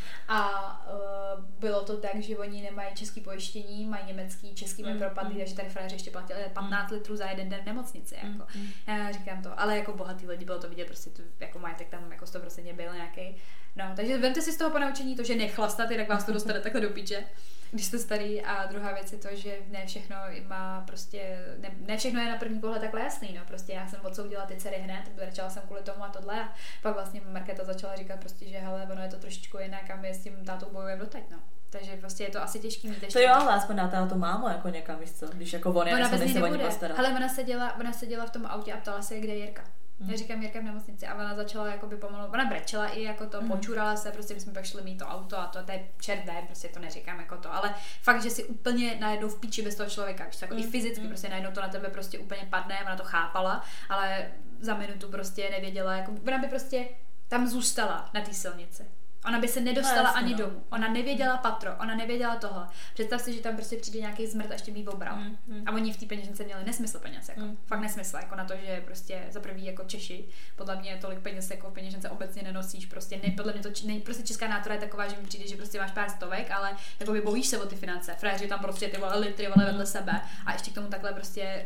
A uh, bylo to tak, že oni nemají český pojištění, mají německý, český mají propadlý, takže tady frajeři ještě platili patnáct litrů za jeden den v nemocnici, jako. Já říkám to, ale jako bohatý lidi bylo to vidět, prostě tu, jako majetek tam jako sto procent byl nějaký. No, takže vemte si z toho ponaučení to, že nechlastat, jinak vás to dostane takhle do píče, když jste starý, a druhá věc je to, že ne všechno má prostě, ne, ne všechno je na první pohled takhle jasný, no, prostě já jsem odsoudila ty dcery hned, začala jsem kvůli tomu a tohle a pak vlastně Markéta začala říkat prostě, že hele, ono je to trošičku jinak a my s tím tátou bojujeme doteď, no. Takže prostě je to asi těžký mít ještě. To jo, ale aspoň dáte na to mámu jako někam, víš co, když jako on je, se nejse o ní postarat. Hele, ona seděla, ona seděla v tom autě a ptala se, kde je Jirka. Já říkám Jirka v nemocnici a ona začala jakoby pomalu, ona brečela i jako to, mm. počurala se, prostě my jsme pak šli mít to auto a to, to je červé, prostě to neříkám jako to, ale fakt, že si úplně najednou v píči bez toho člověka, víš, jako mm. i fyzicky, mm. prostě najednou to na tebe prostě úplně padne, ona to chápala, ale za minutu prostě nevěděla, jako, ona by prostě tam zůstala na té silnici. Ona by se nedostala no, ani no. domů. Ona nevěděla patro, ona nevěděla toho. Představ si, že tam prostě přijde nějaký zmrt a ještě by obral. Mm, mm. A oni v té peněžence měli nesmysl peněz, jako. Mm. Fakt nesmysl, jako na to, že prostě za prvý jako Češi, podle mě tolik peněz jako v peněžence obecně nenosíš, prostě ne, podle mě to ne, prostě česká nátura je taková, že mi přijde, že prostě máš pár stovek, ale jako by bojíš se o ty finance. Frajeři tam prostě ty vole litry vole vedle sebe a ještě k tomu takhle prostě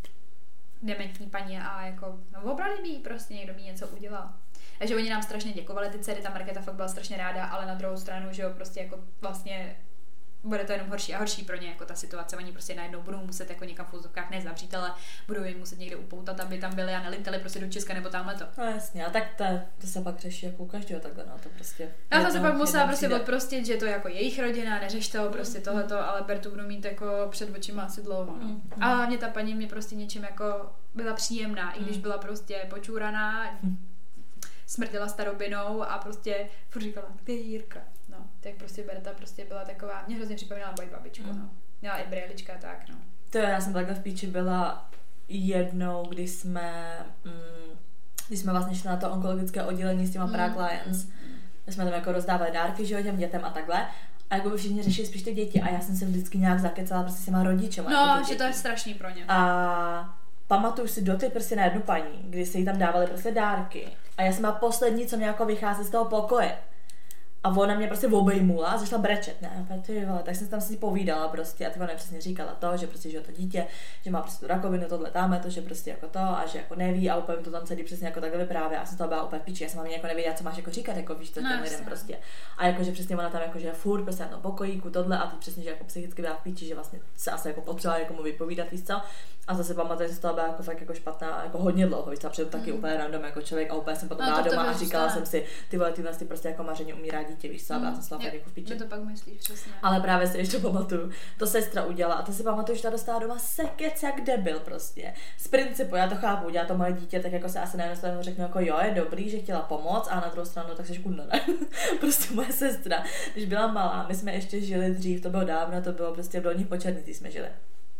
dementní paní a jako no obrali by jí prostě, někdo by něco udělal. Takže oni nám strašně děkovali, ty dcery, ta Markéta fakt byla strašně ráda, ale na druhou stranu, že jo, prostě jako vlastně bude to jenom horší a horší pro ně, jako ta situace, oni prostě najednou budou muset jako někam v úzovkách nezavřít, ale budou jim muset někde upoutat, aby tam byli a neliteli prostě do Česka nebo tamhle to. No jasně, a tak to, to se pak řeší jako u každého takhle, no to prostě. Já jsem se pak musela prostě odprostit, že to je jako jejich rodina, neřeš to, prostě mm. tohleto, ale Bertu budu mít jako před očima asi dlouho, no. Mm. A hlavně ta paní mě prostě něčím jako byla příjemná, mm. i když byla prostě počůraná, mm. smrděla starobinou a prostě furt říkala, kde je Jirka? No, tak prostě Berta prostě byla taková, mě hrozně připomínala moji babičku, mm. no. Měla i brýlička, tak, no. To já jsem takhle v píči byla jednou, když jsme, mm, když jsme vlastně šli na to onkologické oddělení s těma mm. Paraclients, my jsme tam jako rozdávali dárky, že jo, těm dětem a takhle. A jako by všichni řešili spíš ty děti a já jsem se vždycky nějak zakecala prostě s těma rodičema. No, jako že to je strašný pro ně. A pamatuju si doteď prostě na jednu paní, kdy se jí tam dávaly prostě dárky. A já jsem byla poslední, co mě jako vychází z toho pokoje. A ona mě prostě obejmula a začala brečet, ne, ty vole, tak jsem tam si povídala prostě a ty ona přesně říkala to, že prostě, že to dítě, že má prostě tu rakovinu, tohle táme to, že prostě jako to a že jako neví a úplně to tam celý přesně jako takhle vyprávěla a jsem to byla úplně v piči, já jsem vám jako nevěděla, co máš jako říkat, jako víš, co těm lidem prostě. A jako, že přesně ona tam jako, že furt prostě na tom pokojíku, tohle a ty přesně, že jako psychicky byla v piči, že vlastně se asi jako potřeba někomu vypovídat, víš co. A zase pamatuju, že to byla jako fakt jako špatná, jako hodně dlouho, víš, před taky mm. úplně random jako člověk a úplně jsem potom byla doma a říkala jsem si, ty vole, ty vlastně prostě jako mařeně umírá dítě, víš co, a byla jsem slava jako v piči. To pak myslíš přesně. Ale právě si ještě pamatuju, to sestra udělala a to si pamatuju, že ta dostala doma sekec jak debil prostě. Z principu, já to chápu, udělá to moje dítě, tak jako se asi na jednu stranu řeknu jako jo, je dobrý, že chtěla pomoct a na druhou stranu tak seš kudna, ne? Prostě moje sestra, když byla malá, my jsme ještě žili dřív, to bylo dávno, to bylo prostě v Dolních Počernicích jsme žili.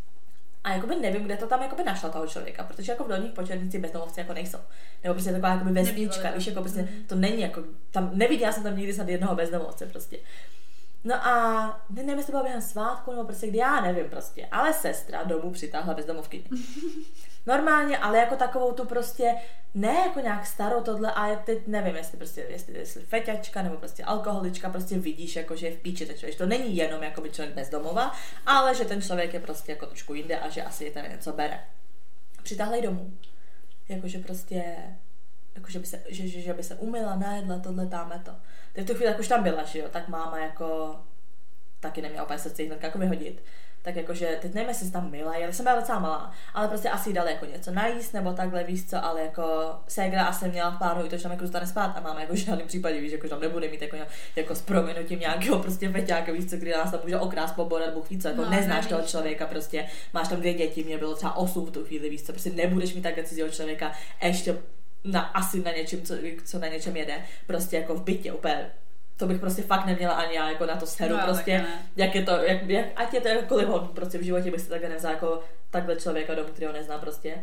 A jakoby nevím, kde to tam jakoby našla toho člověka, protože jako v Dolních Počernicích bezdomovci jako nejsou. Nebo prostě taková jakoby vesnička, víš, jako prostě to není jako, tam neviděla jsem tam nikdy snad jednoho bezdomovce prostě. No a nevím, jestli bylo během svátku, nebo prostě kdy, já nevím prostě, ale sestra domů přitáhla bezdomovkyni. Normálně, ale jako takovou tu prostě, ne jako nějak starou tohle, a teď nevím, jestli prostě, jestli, jestli feťačka, nebo prostě alkoholička, prostě vidíš, jako, že je v píči ten člověk. To není jenom jako by člověk bezdomova, ale že ten člověk je prostě jako trošku jinde a že asi je tam něco bere. Přitáhla ji domů. Jakože prostě, jakože by se, že, že, že by se umyla, najedla, tohle, táme to. Teď v tu chvíli, jak už tam byla, že jo, tak máma jako taky neměla úplně srdce hned jako vyhodit. Tak jakože, teď nevím, jestli se tam myla, já jsem byla docela malá, ale prostě asi dali jako něco najíst nebo takhle, víš co, ale jako ségra asi měla v plánu i to, že tam jako zůstane spát a máma jako v žádném případě, víš, jako tam nebude mít jako, jako s prominutím nějakého prostě feťáka, víš co, kdy nás tam může okrást, pobodat, Bůh ví co, jako no, neznáš toho člověka, prostě máš tam dvě děti, mě bylo třeba osm v tu chvíli, víš co, prostě nebudeš mít takhle cizího člověka ještě na, asi na něčem, co, co na něčem jede, prostě jako v bytě úplně. To bych prostě fakt neměla ani já jako na to seru, no, prostě, jak je to, jak, jak, ať je to jakkoliv hodný, prostě v životě bych si takhle nevzala jako takhle člověka domů, kterého neznám prostě.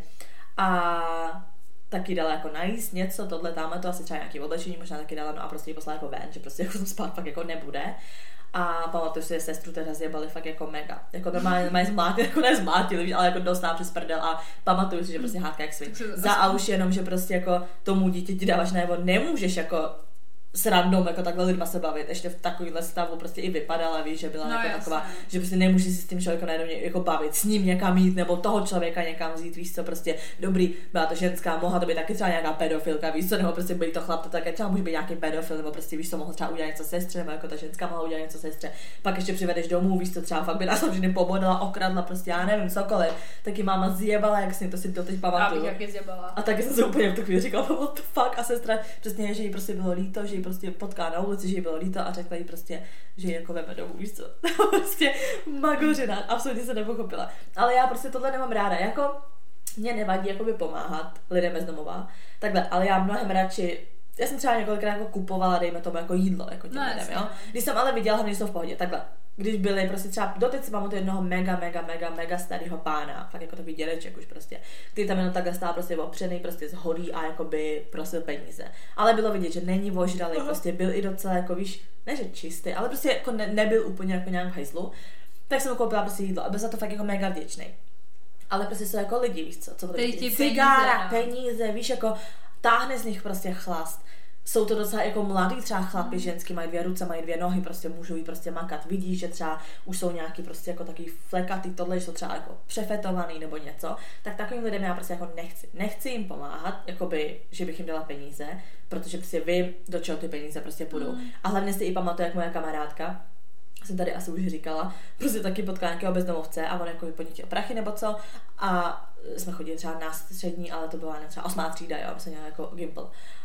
A taky dala jako najíst něco, tohle, tamhle to, asi třeba nějaký oblečení, možná taky dala, no a prostě ji poslala jako ven, že prostě jako spát fakt jako nebude. A pamatuju si, že sestru teda zjebali fakt jako mega. Jako normálně mají zmátili, jako nezmátili, ale jako dostala přes prdel a pamatuju si, že prostě hádka jak svý. Za a už jenom, že prostě jako tomu dítěti dáváš najevo, nemůžeš jako s random jako takhle lidma se bavit, ještě v takovýhle stavu prostě i vypadala, víš, že byla no, jako jasný. Taková, že prostě nemůžeš si s tím člověkem najednou jako bavit, s ním někam jít, nebo toho člověka někam vzít, víš co, prostě dobrý, byla to ženská, mohla to být taky třeba nějaká pedofilka, víš co, nebo prostě byl to chlap, to také třeba může být nějaký pedofil, nebo prostě víš co, mohl třeba udělat něco sestře, nebo jako ta ženská mohla udělat něco sestře, pak ještě přivedeš domů, víš co, třeba fakt by nás samozřejmě pobodala, okradla, prostě já nevím, cokoliv, taky máma zjebala, jak si to si doteď pamatuju. A taky jsem se úplně v tu chvíli říkala, what the fuck, a sestra přesně, že jí prostě bylo líto, že jí prostě potká na ulici, že jí bylo líto a řekla jí prostě, že ji jako veme domů, víš co. Prostě magořina, absolutně se nepochopila. Ale já prostě tohle nemám ráda, jako mě nevadí jakoby pomáhat lidem bezdomova, takhle, ale já mnohem radši, já jsem třeba několikrát jako kupovala, dejme tomu jako jídlo, jako těm no, lidem, jo. Když jsem ale viděla, hlavně jsou v pohodě, takhle. Když byli prostě třeba, doteď si pamatuju jednoho mega, mega, mega, mega starého pána, fakt jako takový dědeček už prostě, který tam jenom takhle stál prostě opřený, prostě z hodí a jakoby prosil peníze. Ale bylo vidět, že není ožralý, uh-huh. prostě byl i docela jako víš, ne že čistý, ale prostě jako ne, nebyl úplně jako nějak v hajzlu. Tak jsem mu koupila prostě jídlo a byl za to fakt jako mega vděčný. Ale prostě jsou jako lidi, víš co, co to je? Cigára, peníze, peníze, víš, jako táhne z nich prostě chlast. Jsou to docela jako mladý třeba chlapi, ženský, mají dvě ruce, mají dvě nohy, prostě můžou jít prostě makat. Vidíš, že třeba už jsou nějaký prostě jako takový flekatý, tohle, že jsou třeba jako přefetovaný nebo něco, tak takovým lidem já prostě jako nechci. Nechci jim pomáhat, jakoby, že bych jim dala peníze, protože prostě vím, do čeho ty peníze prostě půjdou. Mm. A hlavně si i pamatuju, jak moja kamarádka, jsem tady asi už říkala, prostě taky potkala nějakého bezdomovce a on jako vypodnítil prachy nebo co a jsme chodili třeba na střední, ale to byla ne, třeba osmá třída, jo, jsem měla jako gimpl.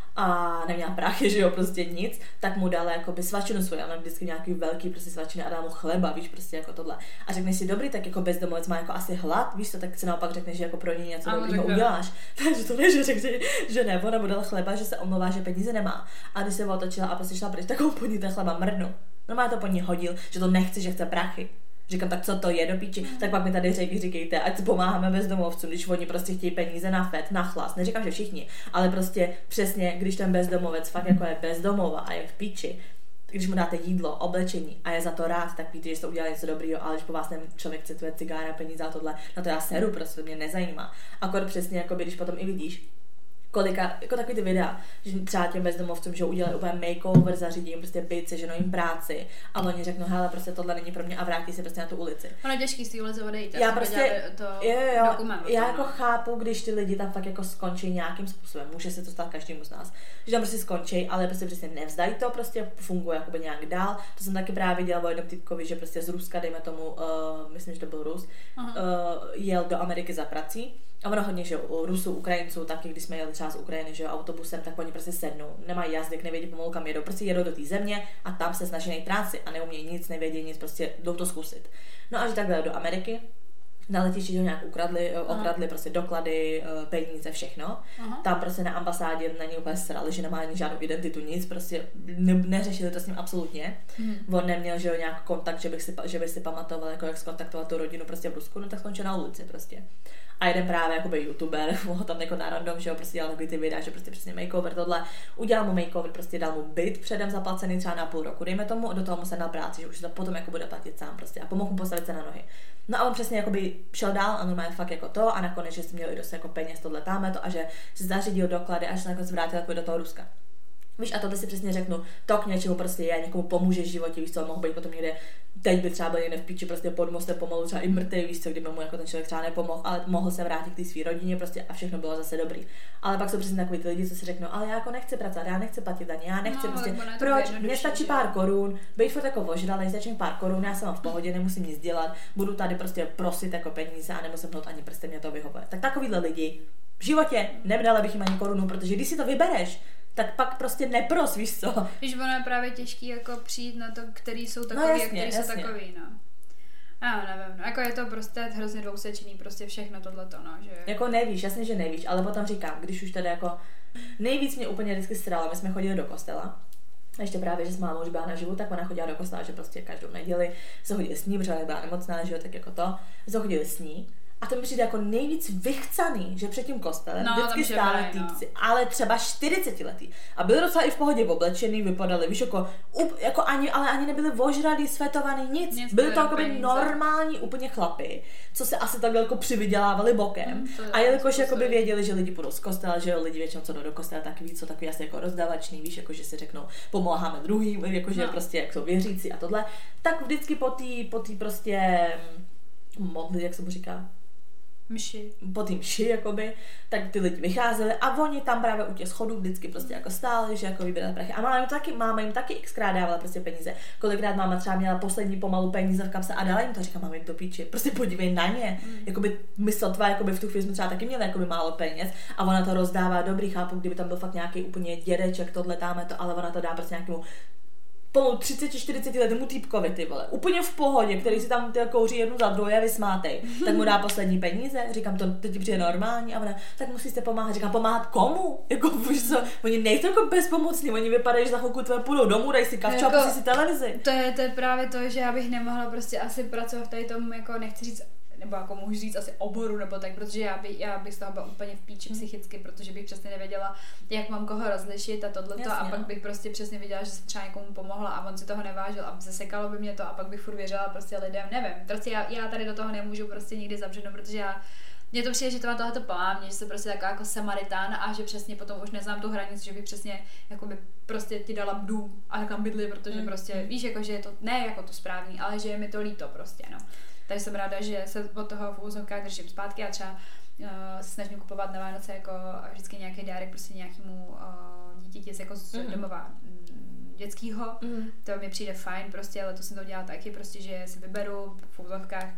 A neměla prachy, že jo, prostě nic, tak mu dala jakoby svačinu svoji, ale vždycky nějaký velký prostě svačiny a dala mu chleba, víš, prostě jako tohle. A řekneš si, dobrý, tak jako bezdomovec má jako asi hlad, víš co, tak si naopak řekneš, že jako pro něj něco dobrýho uděláš. Takže to ne, že řekne, že ne, ona mu dala chleba, že se omlouvá, že peníze nemá. A když se otočila a prostě šla pryč, tak on po ní ten chleba mrdnu. Normálně to po ní hodil, že to nechce, že chce prachy. Říkám, tak co to je do píči? Tak pak mi tady řeky, říkejte, ať pomáháme bezdomovcům, když oni prostě chtějí peníze na fet, na chlas. Neříkám, že všichni, ale prostě přesně, když ten bezdomovec fakt jako je bezdomova a je v píči, když mu dáte jídlo, oblečení a je za to rád, tak víte, že jste udělali něco dobrýho, ale když po vás ten člověk cituje cigára, peníze a tohle, na to já seru, prostě mě nezajímá. Akor přesně, jako když potom i vidíš, kolika, jako takový ty videa, že třeba těm bezdomovcům, že udělají úplně makeover, zařídí jim prostě byt, seženou jim práci a oni řeknou, hele, prostě tohle není pro mě a vrátí se prostě na tu ulici. Ono je těžký z té ulice odejít. Já prostě, to jo, jo, dokument, já jako chápu, když ty lidi tam fakt jako skončí nějakým způsobem, může se to stát každému z nás, že tam prostě skončí, ale prostě přesně nevzdají to, prostě funguje jakoby nějak dál. To jsem taky právě viděla o jednom typkovi, že prostě z Ruska, dejme tomu, uh, myslím, že to byl Rus, uh, jel do Ameriky za prací. A ono hodně, že jo, Rusů, Ukrajinců, taky když jsme jeli třeba z Ukrajiny, že jo, autobusem, tak oni prostě sednou, nemají jazyk, nevědí pomalu kam jedou, prostě jedou do té země a tam se snaží najít práci a neumějí nic, nevědí nic, prostě jdou to zkusit. No a že takhle do Ameriky, na letišti ho nějak ukradli, okradli prostě doklady, peníze, všechno. Aha. Tam prostě na ambasádě na ní úplně srali, že nemá ani žádnou identitu, nic, prostě ne, neřešili to s ním absolutně. Hmm. On neměl, že jo, nějak kontakt, že, bych si, že by si pamatoval, jako jak skontaktovat tu rodinu prostě v Rusku, no tak skončil na ulici prostě. a jeden právě jakoby youtuber, ho tam jako na random, že jo, prostě dělal takový ty videa, že prostě přesně makeover tohle, udělal mu makeover, prostě dal mu byt předem zaplacený třeba na půl roku, dejme tomu, do toho musel na práci, že už to potom jako bude platit sám prostě a pomohl mu postavit se na nohy. No a on přesně jakoby šel dál a normálně fakt jako to a nakonec, že si měl i dost jako peněz, tohle táme to a že si zařídil doklady, až se nakonec vrátil jako do toho Ruska. Víš, a tohle si přesně řeknu, to k něčemu prostě je, někomu pomůže v životě, víš co, mohl být potom někde, teď by třeba byl někde v píči, prostě pod mostem pomalu třeba i mrtvý, víš co, kdyby mu jako ten člověk třeba nepomohl, ale mohl se vrátit k té své rodině prostě a všechno bylo zase dobrý. Ale pak jsou přesně takový ty lidi, co si řeknou, ale já jako nechci pracovat, já nechci platit daně, já nechci no, prostě, proč, mně stačí že? pár korun, být furt jako ožralej, stačí pár korun, já jsem v pohodě, nemusím nic dělat, budu tady prostě prosit jako peníze a nemusím hnout ani prstem, mě to vyhovuje. Tak takovýhle lidi v životě nedala bych jim ani korunu, protože když si to vybereš, tak pak prostě nepros, víš co. Když ono je právě těžký jako přijít na to, který jsou takový no jasně, jasně, a který jasně. jsou takový, no. Já nevím, no, jako je to prostě hrozně dvousečný, prostě všechno tohleto, no, že... Jako nevíš, jasně, že nevíš, ale potom říkám, když už tady jako nejvíc mě úplně vždycky stralo, my jsme chodili do kostela, a ještě právě, že s mámou, že byla naživu, tak ona chodila do kostela, že prostě každou neděli se chodili s ní, protože byla nemocná, že jo, tak jako to, se chodili s ní. A to mi přijde jako nejvíc vychcaný, že před tím kostelem no, vždycky stáli týpci, no. Ale třeba čtyřicetiletí. A byli docela i v pohodě oblečený, vypadali, víš, jako, up, jako ani, ale ani nebyli ožralí, svetovaný, nic. nic byli to jako normální úplně chlapy, co se asi takhle jako přivydělávali bokem. Hmm, a jelikož jakoby věděli, že lidi půjdou z kostela, že jo, lidi většinou, co jdou do kostela, tak víc, co takový asi jako rozdavačný, víš, jako že si řeknou, pomáháme druhým, jakože no. Prostě jak jsou věřící a tohle, tak vždycky po té po té prostě modli, jak se mu říká, mši. Po tým mši, jakoby, tak ty lidi vycházeli a oni tam právě u těch schodů vždycky prostě jako stáli, že jako vybírali prachy. A máma jim taky, máma jim taky xkrát dávala prostě peníze. Kolikrát máma třeba měla poslední pomalu peníze v kapse a dala jim to, říká, máma jim to píči, prostě podívej na ně. Mm. Jakoby my sotva, jakoby v tu chvíli jsme třeba taky měli jakoby málo peněz a ona to rozdává dobrý, chápu, kdyby tam byl fakt nějaký úplně dědeček, tohle táme to, ale ona to dá prostě nějakému pomalu třicet čtyřicet letému týpkovi, ty vole, úplně v pohodě, který si tam ty kouří jednu za druhou, je vysmátej, tak mu dá poslední peníze, říkám, to, to ti přijde normální a ona, tak musíte pomáhat, říkám, pomáhat komu? Jako, víš co, oni nejsou jako bezpomocní, oni vypadají, že za chvilku tvé půjdou domů, dají si kavčo jako, a pusí si televizi. To je, to je právě to, že já bych nemohla prostě asi pracovat v tady tom, jako nechci říct, nebo jako můžu říct asi oboru, nebo tak, protože já, by, já bych z toho byla úplně v píči psychicky, protože bych přesně nevěděla, jak mám koho rozlišit a tohleto a pak bych prostě přesně viděla, že se třeba někomu pomohla a on si toho nevážil a zasekalo by mě to a pak bych furt věřila prostě lidem, nevím, prostě já, já tady do toho nemůžu prostě nikdy zabřednout, protože já mně to přijde, že to má tohleto pomámě, že jsem prostě taková jako Samaritán a že přesně potom už neznám tu hranici, že bych přesně jakoby prostě ti dala dům a někam bydli, protože mm. prostě víš, jako, že je to ne jako to správný, ale že je mi to líto prostě, no. Takže jsem ráda, že se od toho v úzovkách držím zpátky a třeba uh, se snažím kupovat na Vánoce jako vždycky nějaký dárek prostě nějakému uh, dítěti jako z mm. domova dětskýho. Mm. To mi přijde fajn prostě, ale to jsem to dělala taky prostě, že si vyberu v úzovkách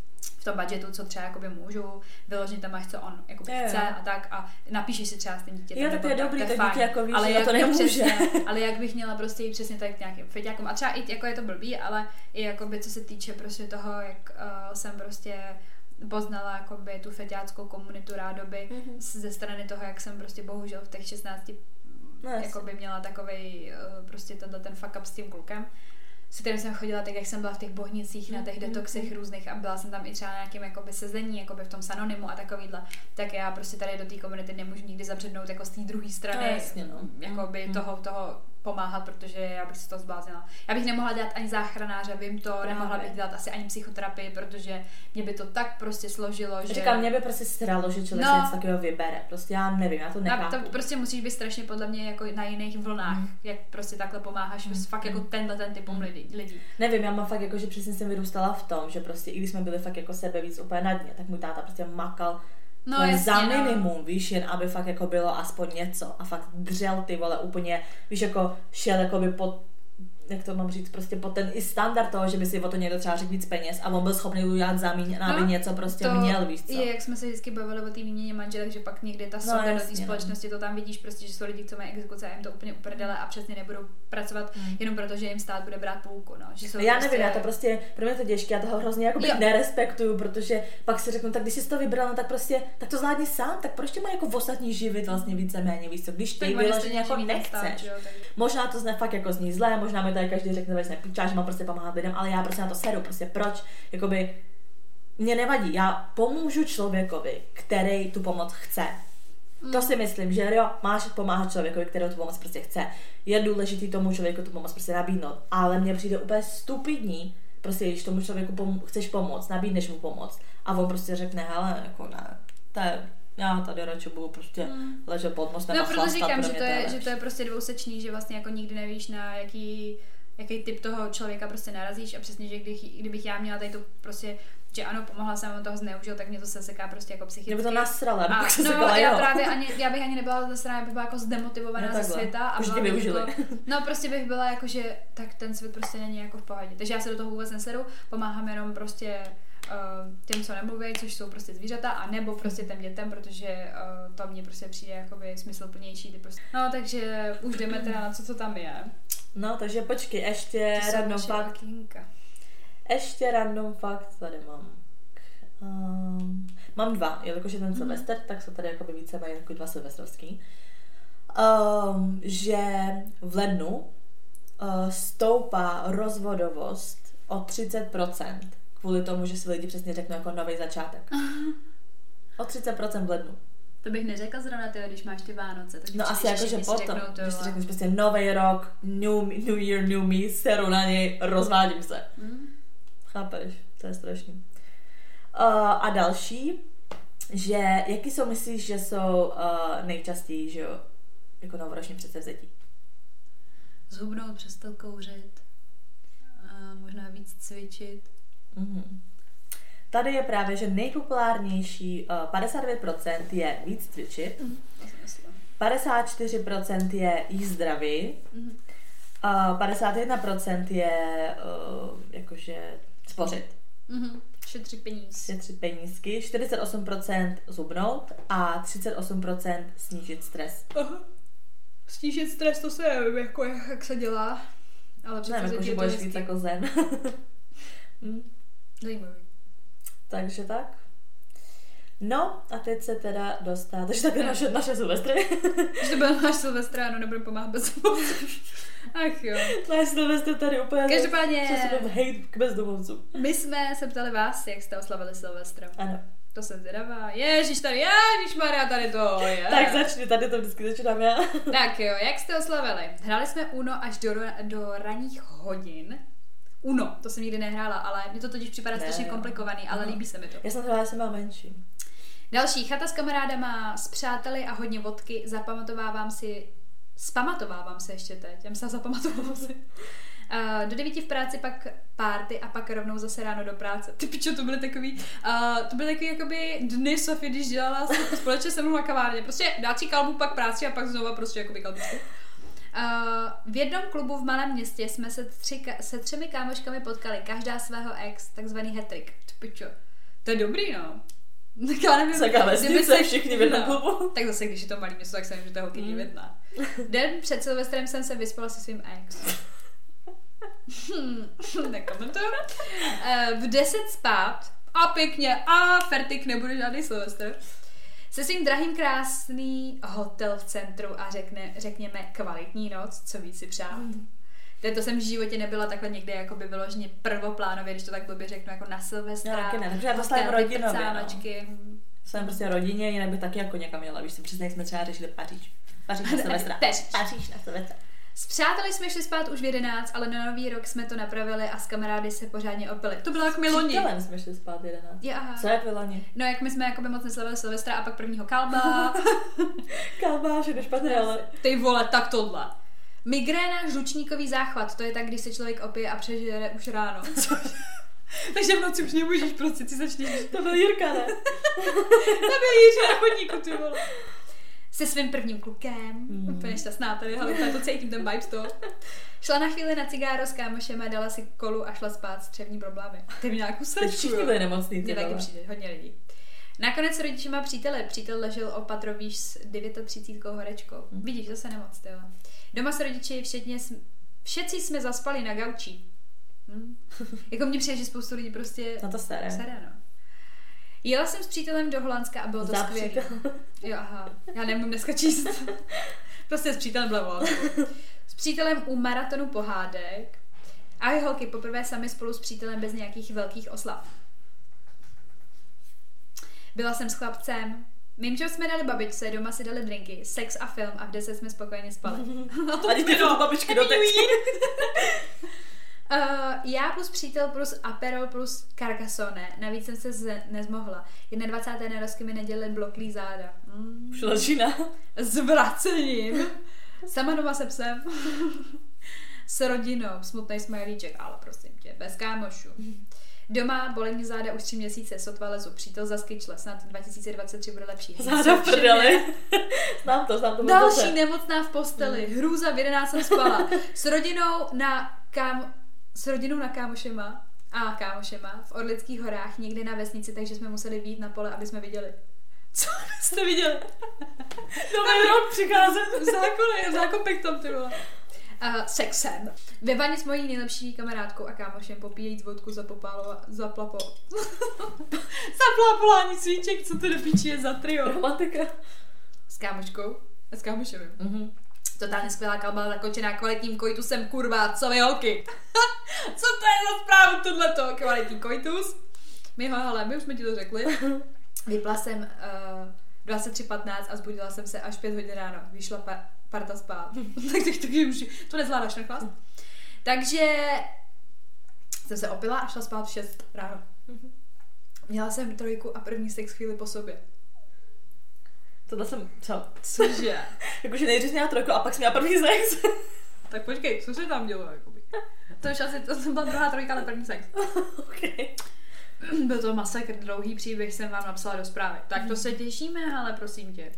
v tom budgetu, co třeba jakoby můžu, vyložit tam máš, co on jakoby je, chce a tak a napíšeš si třeba s tím dítětem. Jo, tak to je dobrý, to dítě jako víš, ale že to nemůže. Přesně, ale jak bych měla prostě jít přesně tak nějakým feťákom a třeba i jako je to blbý, ale i jakoby co se týče prostě toho, jak uh, jsem prostě poznala jakoby tu feťáckou komunitu rádoby mm-hmm. ze strany toho, jak jsem prostě bohužel v těch šestnácti no, jakoby měla takovej uh, prostě tenhle ten fuck up s tím klukem, s kterým jsem chodila, tak jak jsem byla v těch bohnicích, na těch detoxech různých a byla jsem tam i třeba na nějakým jakoby sezení, jakoby v tom Sanonymu a takovýhle, tak já prostě tady do té komunity nemůžu nikdy zabřednout jako z té druhé strany, no, jasně, no. jakoby mm. toho, toho pomáhat, protože já bych si to zbláznila. Já bych nemohla dělat ani záchranáře, vím to, Právě. nemohla bych dělat asi ani psychoterapii, protože mě by to tak prostě složilo, že... Říkám, mě by prostě stralo, že člověk no. si něco takového vybere. Prostě já nevím, já to nechápu. To prostě musíš být strašně podle mě jako na jiných vlnách, mm. jak prostě takhle pomáháš, mm. fakt jako tenhle ten typům lidí, lidí. Nevím, já mám fakt jako, že přesně jsem vyrůstala v tom, že prostě i když jsme byli fakt jako sebe víc úplně na dně, tak můj táta prostě makal no, jasně, za minimum, no. víš, jen aby fakt jako bylo aspoň něco a fakt dřel ty vole úplně, víš, jako šel jako by pod, jak to mám říct, prostě pod ten i standard toho, že by si o to někdo třeba řekl víc peněz a on byl schopný udělat za míň, aby no, něco prostě měl, víš co. Je, jak jsme se vždycky bavili o té výměně manželek, že pak někdy ta soda no, do té společnosti, to tam vidíš prostě, že jsou lidi, co mají exekuce a jim to úplně uprdele a přesně nebudou pracovat mm. jenom proto, že jim stát bude brát půlku, no. Že jsou já prostě... nevím, já to prostě, pro mě to těžké, já toho hrozně jako nerespektuju, protože pak si řeknu, tak když jsi to vybral, no tak prostě, tak to zvládni sám, tak proč tě má jako ostatní živit vlastně víceméně, víš co, když ty vyloženě jako nechceš. Jo, tak... Možná to zne fakt jako zní zlé, možná mi tady každý řekne, že nepíčá, že mám prostě pomáhat lidem, ale já prostě na to sedu, prostě proč, jakoby mě nevadí, já pomůžu člověkovi, který tu pomoc chce. Mm. To si myslím, že jo, máš pomáhat člověkovi, který tu pomoc prostě chce. Je důležitý tomu člověku tu pomoc prostě nabídnout, ale mně přijde úplně stupidní, prostě když tomu člověku pom- chceš pomoct, nabídneš mu pomoc a on prostě řekne, hele, jako ne, to je, já tady radši budu prostě mm. ležet pod mostem no, a chlastat. No, protože říkám, že to, je, je že to je prostě dvousečný, že vlastně jako nikdy nevíš, na jaký, jaký typ toho člověka prostě narazíš a přesně, že kdy, kdybych já měla tady to prostě, že ano, pomohla jsem, on toho zneužil, tak mě to se seká prostě jako psychicky. Nebo to nasrala, a, no, sekala, já jo. právě ani, já bych ani nebyla zasraná, bych byla jako zdemotivovaná ze světa. A byla bych jako, no prostě bych byla jako, že tak ten svět prostě není jako v pohodě. Takže já se do toho vůbec nesedu, pomáhám jenom prostě uh, těm, co nemluví, což jsou prostě zvířata, a nebo prostě těm dětem, protože uh, to mně prostě přijde jakoby smysluplnější. Ty prostě. No takže už jdeme teda na co, co tam je. No takže počkej, ještě random fakt. Ještě random fakt tady mám. Um, mám dva, jelikož je ten mm. Silvestr, tak jsou tady jakoby více mají jako dva silvestrovský. Um, že v lednu uh, stoupá rozvodovost o třicet procent kvůli tomu, že si lidi přesně řeknou jako nový začátek. O třicet procent v lednu. To bych neřekla zrovna ty, když máš ty Vánoce. Tak no asi jako, že potom, když si řekneš prostě nový rok, new, new year, new me, seru na něj, rozvádím se. Mm. Chápeš? To je strašný. Uh, a další, že jaký jsou, myslíš, že jsou uh, nejčastěji, že jo, jako novoroční předsevzetí? Zhubnout, přestat kouřit, uh, možná víc cvičit. Mm-hmm. Tady je právě, že nejpopulárnější uh, padesát devět procent je víc cvičit, mm, padesát čtyři procent je jíst zdravý, mm. uh, padesát jedna procent je uh, jakože spořit. Mm-hmm. Šetřit peníz. Šetřit penízky, čtyřicet osm procent zhubnout a třicet osm procent snížit stres. Aha. Snížit stres, to se nevím, jako jak se dělá. Ale ne, jako, že budeš víc jako zen. hm. Zajímavý. Takže tak. No a teď se teda dostat, takže tak je naše, naše Silvestry. Když to byl náš Silvestr, ano, nebudeme pomáhat bezdomovcům. Ach jo. Náš Silvestr tady úplně... Každopádně... Přesunul hejt k bezdomovcům. My jsme se ptali vás, jak jste oslavili Silvestra. Ano. To jsem zvědavá. Ježiš tady, ježišmarja, tady to je. Tak začni, tady to vždycky začínám já. Tak jo, jak jste oslavili? Hráli jsme Uno až do, do ranních hodin. Uno, to jsem nikdy nehrála, ale mě to totiž připadá ne, strašně jo. komplikovaný, ale no. líbí se mi to. Já jsem hrála, jsem byla menší. Další, chata s kamarádama, s přáteli a hodně vodky, zapamatovávám si, spamatovávám se ještě teď, já myslím, zapamatovávám si. Uh, do devíti v práci, pak párty a pak rovnou zase ráno do práce. Ty pičo, to byly takový, uh, to byly takový jakoby dny Sofie, když dělala společně se mnou na kavárně. Prostě dát si kalbu, pak práci a pak znova prostě jakoby kalbičku. Uh, v jednom klubu v malém městě jsme se, tři, se třemi kámoškami potkali, každá svého ex, takzvaný hat-trick. Ty pičo, to je dobrý, no. Tak já nevím, Taká vesnice, všichni v jednom klubu. Tak zase, když je to malý město, tak se nevím, že to je holky divit, ne. Den před Silvestrem jsem se vyspala se svým ex. Hmm, nekomentuju. V deset spát a pěkně a fertik, nebude žádný Silvestr. Se svým drahým krásný hotel v centru a řekne, řekněme kvalitní noc, co víc si přát. Mm. To jsem v životě nebyla takhle někde jako by vyloženě prvoplánově, když to tak blbě řeknu, jako na Silvestra. No, ne, takže já to stavím rodinově, no. Jsem prostě rodině, jinak by taky jako někam jela, víš si, přesně jak jsme třeba řešili Paříž. Paříž na Silvestra. Paříž na Silvestra. S přáteli jsme šli spát už v jedenáct, ale na nový rok jsme to napravili a s kamarády se pořádně opili. To bylo jak my loni. S přítelem jsme šli spát v jedenáct. Ja. Co je v loni? No jak my jsme jako by moc neslavili Silvestra a pak prvního kalba. Kalba, všechno špatně, ale... Ty vole, tak tohle. Migréna, žlučníkový záchvat, to je tak, když se člověk opije a přežere už ráno. Takže v noci už nemůžeš, prostě si začneš. To byl Jirka, ne? To byl Jirka na chodníku, ty vole. Se svým prvním klukem, mm. úplně šťastná tady, ale to cítím ten vibe z toho. Šla na chvíli na cigáro s kámošem, dala si kolu a šla spát s střevní problémy. Ty mi nějakou sračku. Všichni byli nemocný. Mě taky přijde, hodně lidí. Nakonec s rodičima příteli. Přítel ležel o patro výš s třicet devět horečkou. Mm. Vidíš, zase nemoc, tyhle. Doma s rodiči všetně, všetci jsme zaspali na gauči. Hm? Jako mně přijde, že spoustu lidí prostě... Na to staré. Staré, no. Jela jsem s přítelem do Holandska a bylo to skvělé. Jo, aha. Já nemůžu dneska číst. Prostě s přítelem bylo. S přítelem u maratonu pohádek. Ahoj holky, poprvé sami spolu s přítelem bez nějakých velkých oslav. Byla jsem s chlapcem. Mimčo jsme dali babičce, doma si dali drinky, sex a film a v deset jsme spokojeně spali. A ty to babičky doteď. Uh, já plus přítel plus Aperol plus Carcassonne. Navíc jsem se z- nezmohla. dvacátého prvního narozky mi nedělili bloklý záda. Mm. Už začíná. S vracením. Sama doma se psem. S rodinou. Smutnej smajlíček, ale prosím tě, bez kámošů. Doma bolí mě záda už tři měsíce, sotva lezu. Přítel za skyčle, snad dva tisíce dvacet tři bude lepší. Záda v prdeli. Znám to, znám to. Další dobře. Nemocná v posteli. Hrůza, v jedenáct jsem spala. S rodinou na kam... S rodinou na kámošema a kámošema v Orlických horách někde na vesnici, takže jsme museli vyjít na pole, aby jsme viděli. Co jste viděli? Nový rok přicházet. Zákony, zákopek tam, ty vole. Uh, sexem. Ve vaně s mojí nejlepší kamarádkou a kámošem popíjejíc vodku za popálova, za plapo. za plapolání svíček, co to do píči je za trio. Romantika. S kámoškou a s kámošem. Mhm. Totálně skvělá kalba zakončená kvalitním koitusem, kurva, co vy holky? Co to je za zprávu tohleto? Kvalitní koitus. My ho, hele, my už jsme ti to řekli. Vypla jsem uh, dvacet tři patnáct a zbudila jsem se až pět hodin ráno. Vyšla pa- parta spát. tak, tak, tak už to nezvládáš nechlast. Takže jsem se opila a šla spát v šest ráno. Měla jsem trojku a první sex chvíli po sobě. Tohle jsem, co? Cože? Jakože nejdřív měla trojku a pak jsem měla první sex. Tak počkej, co se tam dělo? Jakoby? To už asi, to jsem byla druhá trojka, ale první sex. Okay. Byl to masakr, dlouhý příběh jsem vám napsala do zprávy. Tak to se těšíme, ale prosím tě.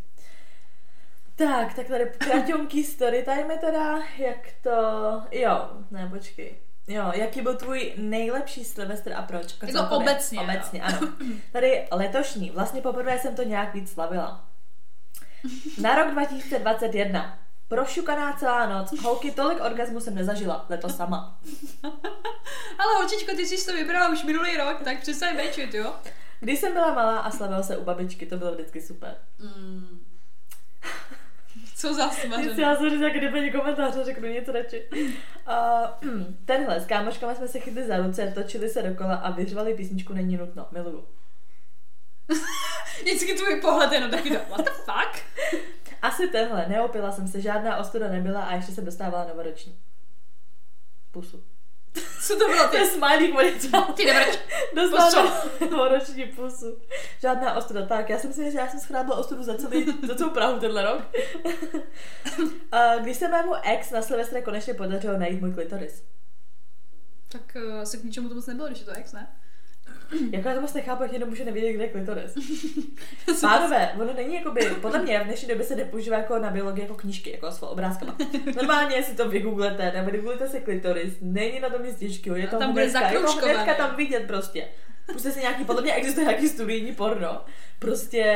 Tak, tak tady kraťonký storytime teda, jak to, jo, ne, počkej. Jo, jaký byl tvůj nejlepší Silvestr a proč? Jako, jako obecně. Obecně, ano. Tady letošní, vlastně poprvé jsem to nějak víc slavila. Na rok dva tisíce dvacet jedna. Prošukaná celá noc. Holky, tolik orgasmu jsem nezažila. Letos sama. Ale holčičko, ty jsi to vybrala už minulý rok, tak přestaň bečit, jo? Když jsem byla malá a slavila se u babičky, to bylo vždycky super. Mm. Co za smažené. Já jsem říct, jak kdyby komentáře, řeknu něco radši. Uh, tenhle, s kámoškama jsme se chytli za ruce, točili se dokola a vyřvali písničku Není nutno. Miluju. Vždycky tvůj pohled jenom taky to, what the fuck? Asi tenhle, neopila jsem se, žádná ostuda nebyla a ještě jsem dostávala novoroční pusu. Co to bylo ty? To je smajlík moničal. Ty dobrč. Dostala novoroční pusu. Žádná ostuda. Tak, já jsem si, že já jsem schrábla ostudu za, celý, za celou Prahu tenhle rok. A když se mému ex na Silvestre konečně podařilo najít můj klitoris. Tak uh, asi k ničemu to moc nebylo, když je to ex, ne? Jako já to moc nechápu, jak někdo může nevědět, kde je klitoris. Pánové, ono není jakoby, podle mě v dnešní době se nepoužívá jako na biologii jako knížky, jako s obrázkama. Normálně si to vygooglete, nebo vygooglete si klitoris, není na tom nic těžkého, je to tam hnedka, je to hnedka tam vidět prostě. Prostě si nějaký, podle mě existuje nějaký studijní porno. Prostě...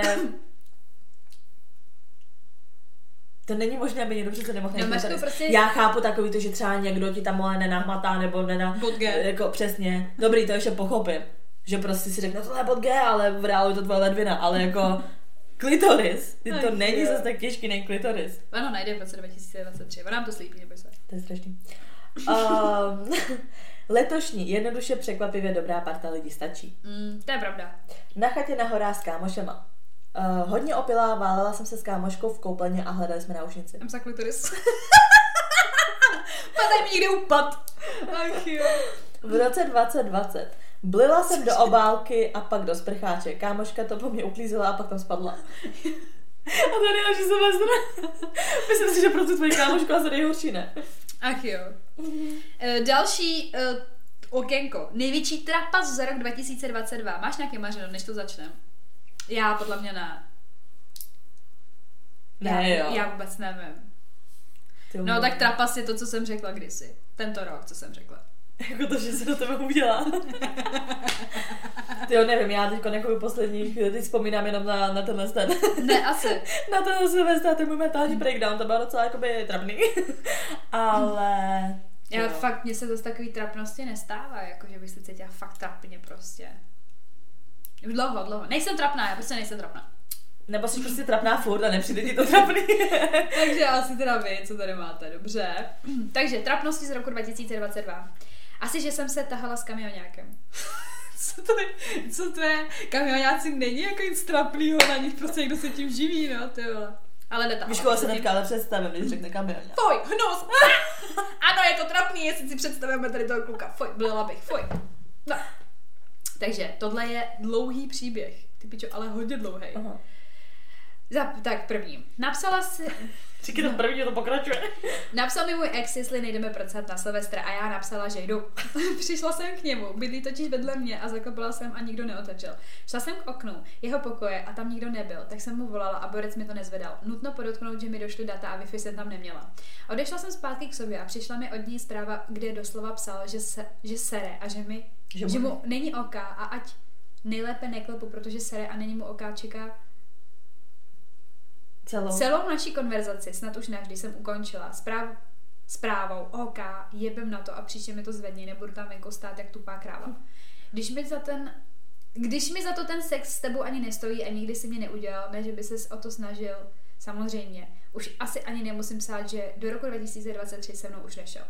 To není možné, aby někdo přece nemohl najít klitoris. Prostě... Já chápu takový to, že třeba někdo ti tam ale nenahmatá, nebo nena... Jako přesně. Dobrý, to ještě pochopím. Že prostě si řekne, tohle je bod G, ale v reálu je to tvoje ledvina, ale jako klitoris, to Ach, není jo. zase tak těžký, nej klitoris. Ano, najde v roce dva tisíce dvacet tři, nám to slíbí, neboj se. To je strašný. Um, letošní, jednoduše překvapivě dobrá parta lidí stačí. Mm, to je pravda. Na chatě na horách s kámošema. Uh, hodně opilá, válela jsem se s kámoškou v koupelně a hledali jsme náušnici. Mám za klitoris. Pataj mi někde upad. Ach jo. V roce dvacet dvacet. Blila jsem do obálky a pak do sprcháče. Kámoška to po mě uklízela a pak tam spadla. A to je nejlepší Silvestr. Myslím si, že pro tu tvoji kámošku asi nejhorší, ne? Ach jo. Uh, další uh, okénko. Největší trapas za rok dva tisíce dvacet dva. Máš nějaké mařeno, než to začneme? Já podle mě ne. Ne, já, jo. Já vůbec nevím. No tak trapas je to, co jsem řekla kdysi. Tento rok, co jsem řekla. Jako to, že se do tebe udělá. Ty jo, nevím, já teďko někoho posledních, teď vzpomínám jenom na, na tenhle ten. Ne, asi. Na tenhle Silvestra, ten můj mentální breakdown, to bylo docela jakoby trapný. Ale... Já jo. Fakt, mně se to z takový trapnosti nestává, jako že bych se cítila fakt trapně prostě. Už dlouho, dlouho. Nejsem trapná, já prostě nejsem trapná. Nebo jsi prostě trapná furt a nepřijde ti to trapný. Takže asi teda vy, co tady máte, dobře. Takže trapnosti z roku dva tisíce dvacet dva. Asi, že jsem se tahala s kamionákem. co to je, co to je, kamionáci není jako nic traplýho na nich, prostě někdo se tím živí, no, ty vole. Ale jde tam. Víš, koho se hnedka ale představím, když řekne kamionák. Fuj, hnus. Ano, je to trapný, jestli si představíme tady toho kluka. Fuj, byla bych, fuj. No. Takže tohle je dlouhý příběh. Ty pičo, ale hodně dlouhý. Aha. Za, tak první. Napsala si... Říkej to první, to pokračuje. Napsal mi můj ex, jestli nejdeme prcat na Silvestra a já napsala, že jdu. Přišla jsem k němu, bydlí totiž vedle mě a zaklopala jsem a nikdo neotevřel. Šla jsem k oknu jeho pokoje a tam nikdo nebyl, tak jsem mu volala a borec mi to nezvedal. Nutno podotknout, že mi došly data a Wi-Fi jsem tam neměla. Odešla jsem zpátky k sobě a přišla mi od ní zpráva, kde doslova psal, že, se, že sere a že, mi, že, že mu není oka a ať nejlépe neklepu, protože sere a není mu oka, čeká Celou. Celou naší konverzaci, snad už navždy, jsem ukončila zpráv, zprávou OK, jebem na to a příště mi to zvedni, nebudu tam venku stát jak tupá kráva. Když mi za ten když mi za to ten sex s tebou ani nestojí a nikdy si mě neudělal, ne, že by ses o to snažil, samozřejmě. Už asi ani nemusím psát, že do roku dva tisíce dvacet tři se mnou už nešel.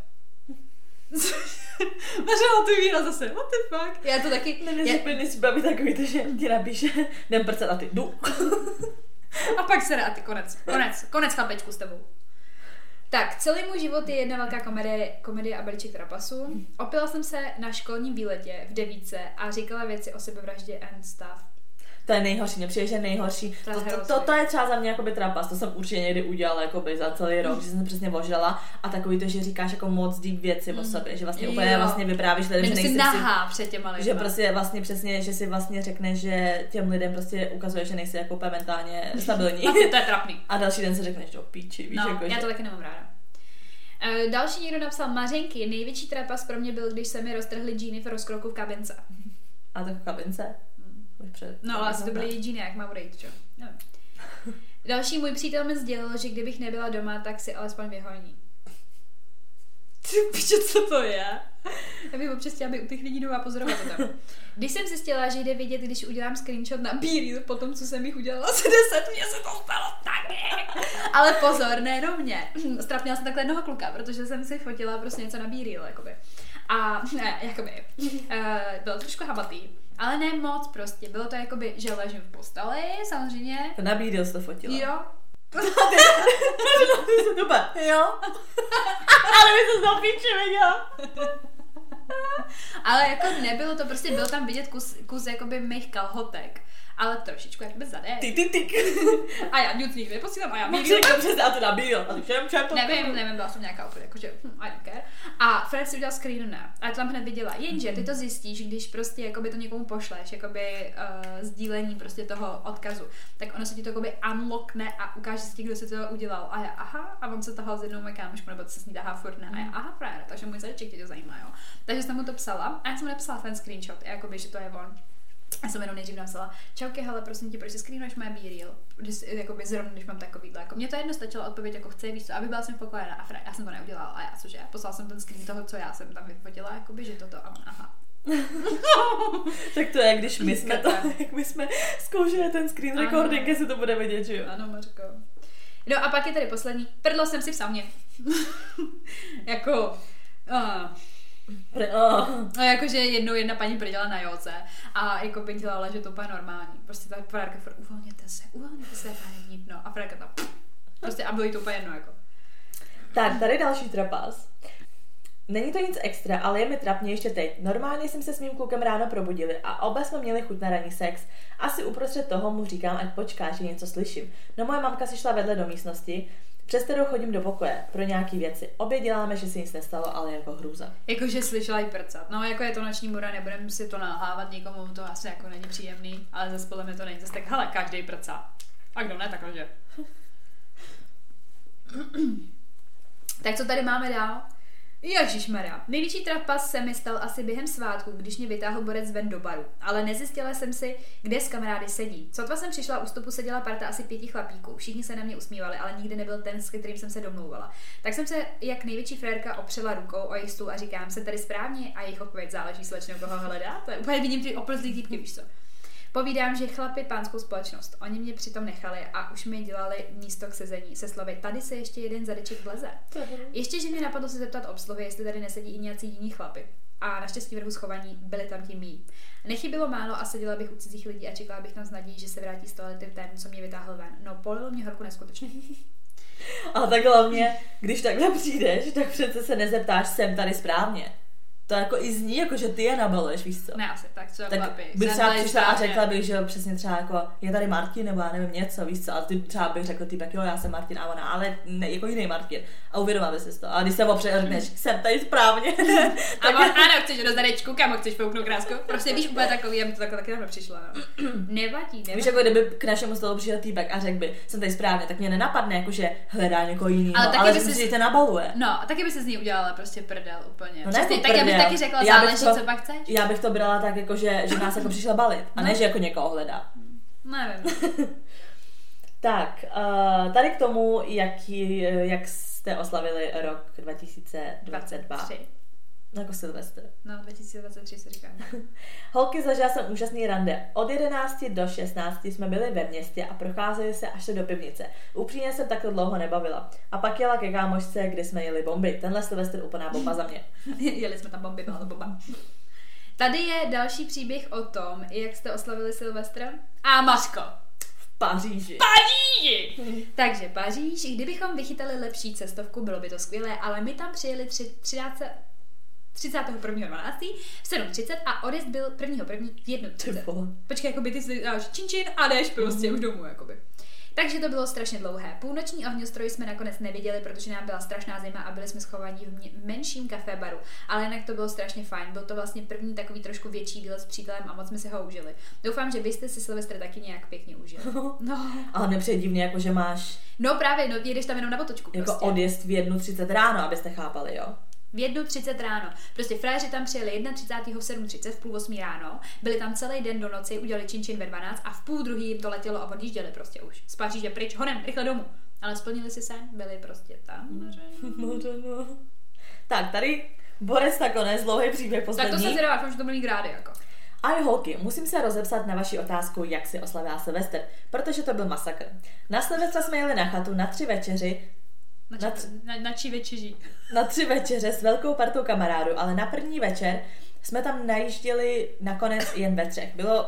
Nařela ty výraz zase, what the fuck? Já to taky... Nevěřím, si baví takový to, že ti napíše, jdem prcat a ty jdu. A pak se a ty konec, konec, konec chlapečku s tebou. Tak, celý můj život je jedna velká komedie, komedie a balíček trapasu. Opila jsem se na školním výletě v devíce a říkala věci o sebevraždě and stuff. To je nejhorší, mě přijde, že nejhorší. To, to, to, to je třeba za mě jakoby trapas, to jsem určitě někdy udělala jakoby za celý rok, mm. že jsem přesně ožrala a takový to, že říkáš jako moc deep věci mm. o sobě, že vlastně úplně jo. vlastně vyprávíš lidem, že nejsi nahá před těma lidma. Že prostě vlastně přesně, že si vlastně řekneš, že těm lidem prostě ukazuje, že nejsi jako mentálně stabilní. A to je trapný. A další den se řekneš, o píči, víš, no, jako, já že... to taky nemám ráda. Uh, další někdo napsal Mařenky, největší trapas pro mě byl, když se mi roztrhly džíny v rozkroku v kabince. A tak v kabince? Před, no, ale asi to byly džíny, jak mám odejít, čo? Nevím. Další můj přítel mi sdělil, že kdybych nebyla doma, tak si alespoň vyhoní. Ty piče, co to je? Já bych občas chtěla, aby u těch lidí doma pozorovat to tam. Když jsem zjistila, že jde vidět, když udělám screenshot na B-reel, po tom, co jsem jich udělala asi deset, mě se to stalo taky. Ale pozor, nejenom mě. Strapnila jsem takhle jednoho kluka, protože jsem si fotila prostě něco na B-reel, jakoby. A ne, jakoby. Uh, byl trošku habatý. Ale ne moc prostě, bylo to jakoby, že ležím v posteli, samozřejmě. To na B-reel jsi to fotila. Jo. Jo. Ale my se za píči viděla. Ale jako nebylo to, prostě byl tam vidět kus, kus jakoby mých kalhotek. Ale trošičku jakoby zadek. Ty, ty, ty. A já nic nikdy neposílám a já mám říkám přesně a to nabíl. A ty všem, všem to nevím, nevím, byla jsem nějaká úplně jakože hm, I don't care. A Fred si udělal screen ne. A to tam hned viděla. Jenže ty to zjistíš, když prostě jakoby to někomu pošleš, jakoby uh, sdílení prostě toho odkazu. Tak ono se ti to jakoby unlockne a ukáže si ti, kdo se to udělal. A já aha, a on se tahal s jednou mé kámošku, nebo to se s ní tahá furt ne. A já aha, Fred, takže můj zadeček tě to zajímá, jo. Takže jsem mu to psala a já jsem mu napsala ten screenshot, jakoby, že to je on. Já jsem jenom nejdřív napsala, čauky, hele, prosím tě, proč si screenuješ moje B-reel? Jakoby zrovna, když mám takovýhle, jako mě to jedno stačilo odpověď, jako chce, víš co, aby byla jsem spokojená a já jsem to neudělala a já cože, poslala jsem ten screen toho, co já jsem tam vyfotila, jakoby, že toto a on, aha. Tak to je, když my jsme to, jak my jsme zkoušeli ten screen recording, jestli to bude vidět, že jo? Ano, Mařko. No a pak je tady poslední, prdlo jsem si v sauně. Jako, uh. Oh. No jakože jednou jedna paní prděla na józe a jako by dělala, že to úplně normální. Prostě ta frárka furt, uvolněte se, uvolněte se, pane vnitno. A frárka tam, prostě a bylo jí to úplně jedno, jako. Tak, tady další trapas. Není to nic extra, ale je mi trapně ještě teď. Normálně jsem se s mým klukem ráno probudili a oba jsme měli chuť na ranní sex. Asi uprostřed toho mu říkám, ať počká, že něco slyším. No moje mamka si šla vedle do místnosti, přes kterou chodím do pokoje pro nějaký věci. Obě děláme, že si nic nestalo, ale jako hrůza. Jakože slyšela jí prcat. No jako je to noční mura, nebudeme si to nalhávat nikomu, to asi jako není příjemný, ale zase podle mě to není zase tak, hele, každej prcá. A kdo ne, takhle. Tak co tady máme dál? Ježišmarja. Největší trapas se mi stal asi během svátku, když mě vytáhl borec ven do baru. Ale nezjistila jsem si, kde s kamarády sedí. Sotva jsem přišla, u stopu seděla parta asi pěti chlapíků. Všichni se na mě usmívali, ale nikdy nebyl ten, s kterým jsem se domlouvala. Tak jsem se jak největší frérka opřela rukou o jejich stůl a říkám se tady správně a jejich odpověď záleží, slečnou, koho hledá. To je úplně vidím ty oplzlý týpky, víš co. Povídám, že chlapi pánskou společnost. Oni mě přitom nechali a už mi dělali místo k sezení se slovy tady se ještě jeden zadeček vleze. Ještě, že mě napadlo se zeptat obsluhy, jestli tady nesedí i nějací jiní chlapi. A naštěstí v rohu schovaní byli tam ti mý. Nechybilo málo a seděla bych u cizích lidí a čekala bych tam s nadějí, že se vrátí z toalety ten, co mě vytáhl ven. No, polilo mě horku neskutečně. A tak hlavně, když takhle přijdeš, tak přece se nezeptáš, jsem tady správně. To jako i zní, jako že ty je nabaluješ, víš co? Ne, asi tak, co tak chlapi. bych třeba přišla a řekla bych, že přesně třeba jako je tady Martin, nebo já nevím něco, víš co? A ty třeba bych řekl týpek, jo, já jsem Martin a ona, ale ne, jako jiný Martin. A uvědomila by si to. A když se opře a řekneš, jsem tady správně. A on, ano, chceš do zadečku, kam chceš fouknout krásku? Prostě víš úplně takový, aby to takhle taky dávno přišla. No. Nevadí, nevadí. Víš, jako kdyby k našemu stolu přišel týpek a řekl by, jsem tady správně, tak mě nenapadne, jako že hledá někoho jiného, ale, ale že si tě nabaluje. No, a taky by se z ní udělala prostě prdel úplně. No, Přesně, tak já bych taky řekla, záleží, co pak chceš. Já bych to brala tak, jako že, že nás jako přišla balit, a no. ne, že jako někoho hledá. Nevím. Tak, uh, tady k tomu, jaký, jak jste oslavili rok dva tisíce dvacet dva. dvacet tři. Jako Silvestr. No, dva tisíce dvacet tři se říká. Holky, zažila jsem úžasný rande. Od jedenácti do šestnácti jsme byli ve městě a procházeli se až do pivnice. Upřímně jsem takto dlouho nebavila. A pak jela ke kámošce, kde jsme jeli bomby. Tenhle Silvestr úplná bomba za mě. Jeli jsme tam bomby, byla bomba. Tady je další příběh o tom, jak jste oslavili Silvestra. A Mařko. V Paříži. Paříži! Takže Paříž, kdybychom vychytali lepší cestovku, bylo by to skvělé, ale my tam přijeli třicátého prvního dvanáctého v sedm třicet a odjezd byl prvního prvního v jedna třicet. Počkej, jakoby ty si dáš čin čin a jdeš prostě mm. už domů, jakoby. Takže to bylo strašně dlouhé. Půlnoční ohňostroj jsme nakonec neviděli, protože nám byla strašná zima a byli jsme schovaní v, mě, v menším kafé baru. Ale jinak to bylo strašně fajn. Byl to vlastně první takový trošku větší výlet s přítelem a moc jsme si ho užili. Doufám, že vy jste si Silvestr taky nějak pěkně užili. No. Ale nepřeje divně, jako že máš... No právě, no jedeš tam jenom na otočku. Jako prostě. Odjezd v jedna třicet ráno, abyste chápali, jo? V jedna třicet ráno. Prostě frajeři tam přijeli třicátého prvního v sedm třicet v půl osmí ráno, byli tam celý den do noci, udělali činčin ve dvanáct a v půl druhý jim to letělo a odjížděli prostě už. Z Paříže pryč, honem, rychle domů. Ale splnili si sen, byli prostě tam. No. Tak, tady Borec nakonec, dlouhý příběh poslední. Tak to se zvědavá, že to bude mít rádi, jako. Ahoj holky, musím se rozepsat na vaši otázku, jak si oslavila Silvestr, protože to byl masakr. Na Silvestra jsme jeli na chatu na tři večeři, Na, či, na, tři, na, na či večeři. Na tři večeře s velkou partou kamarádů, ale na první večer jsme tam najížděli nakonec jen ve třech. Bylo...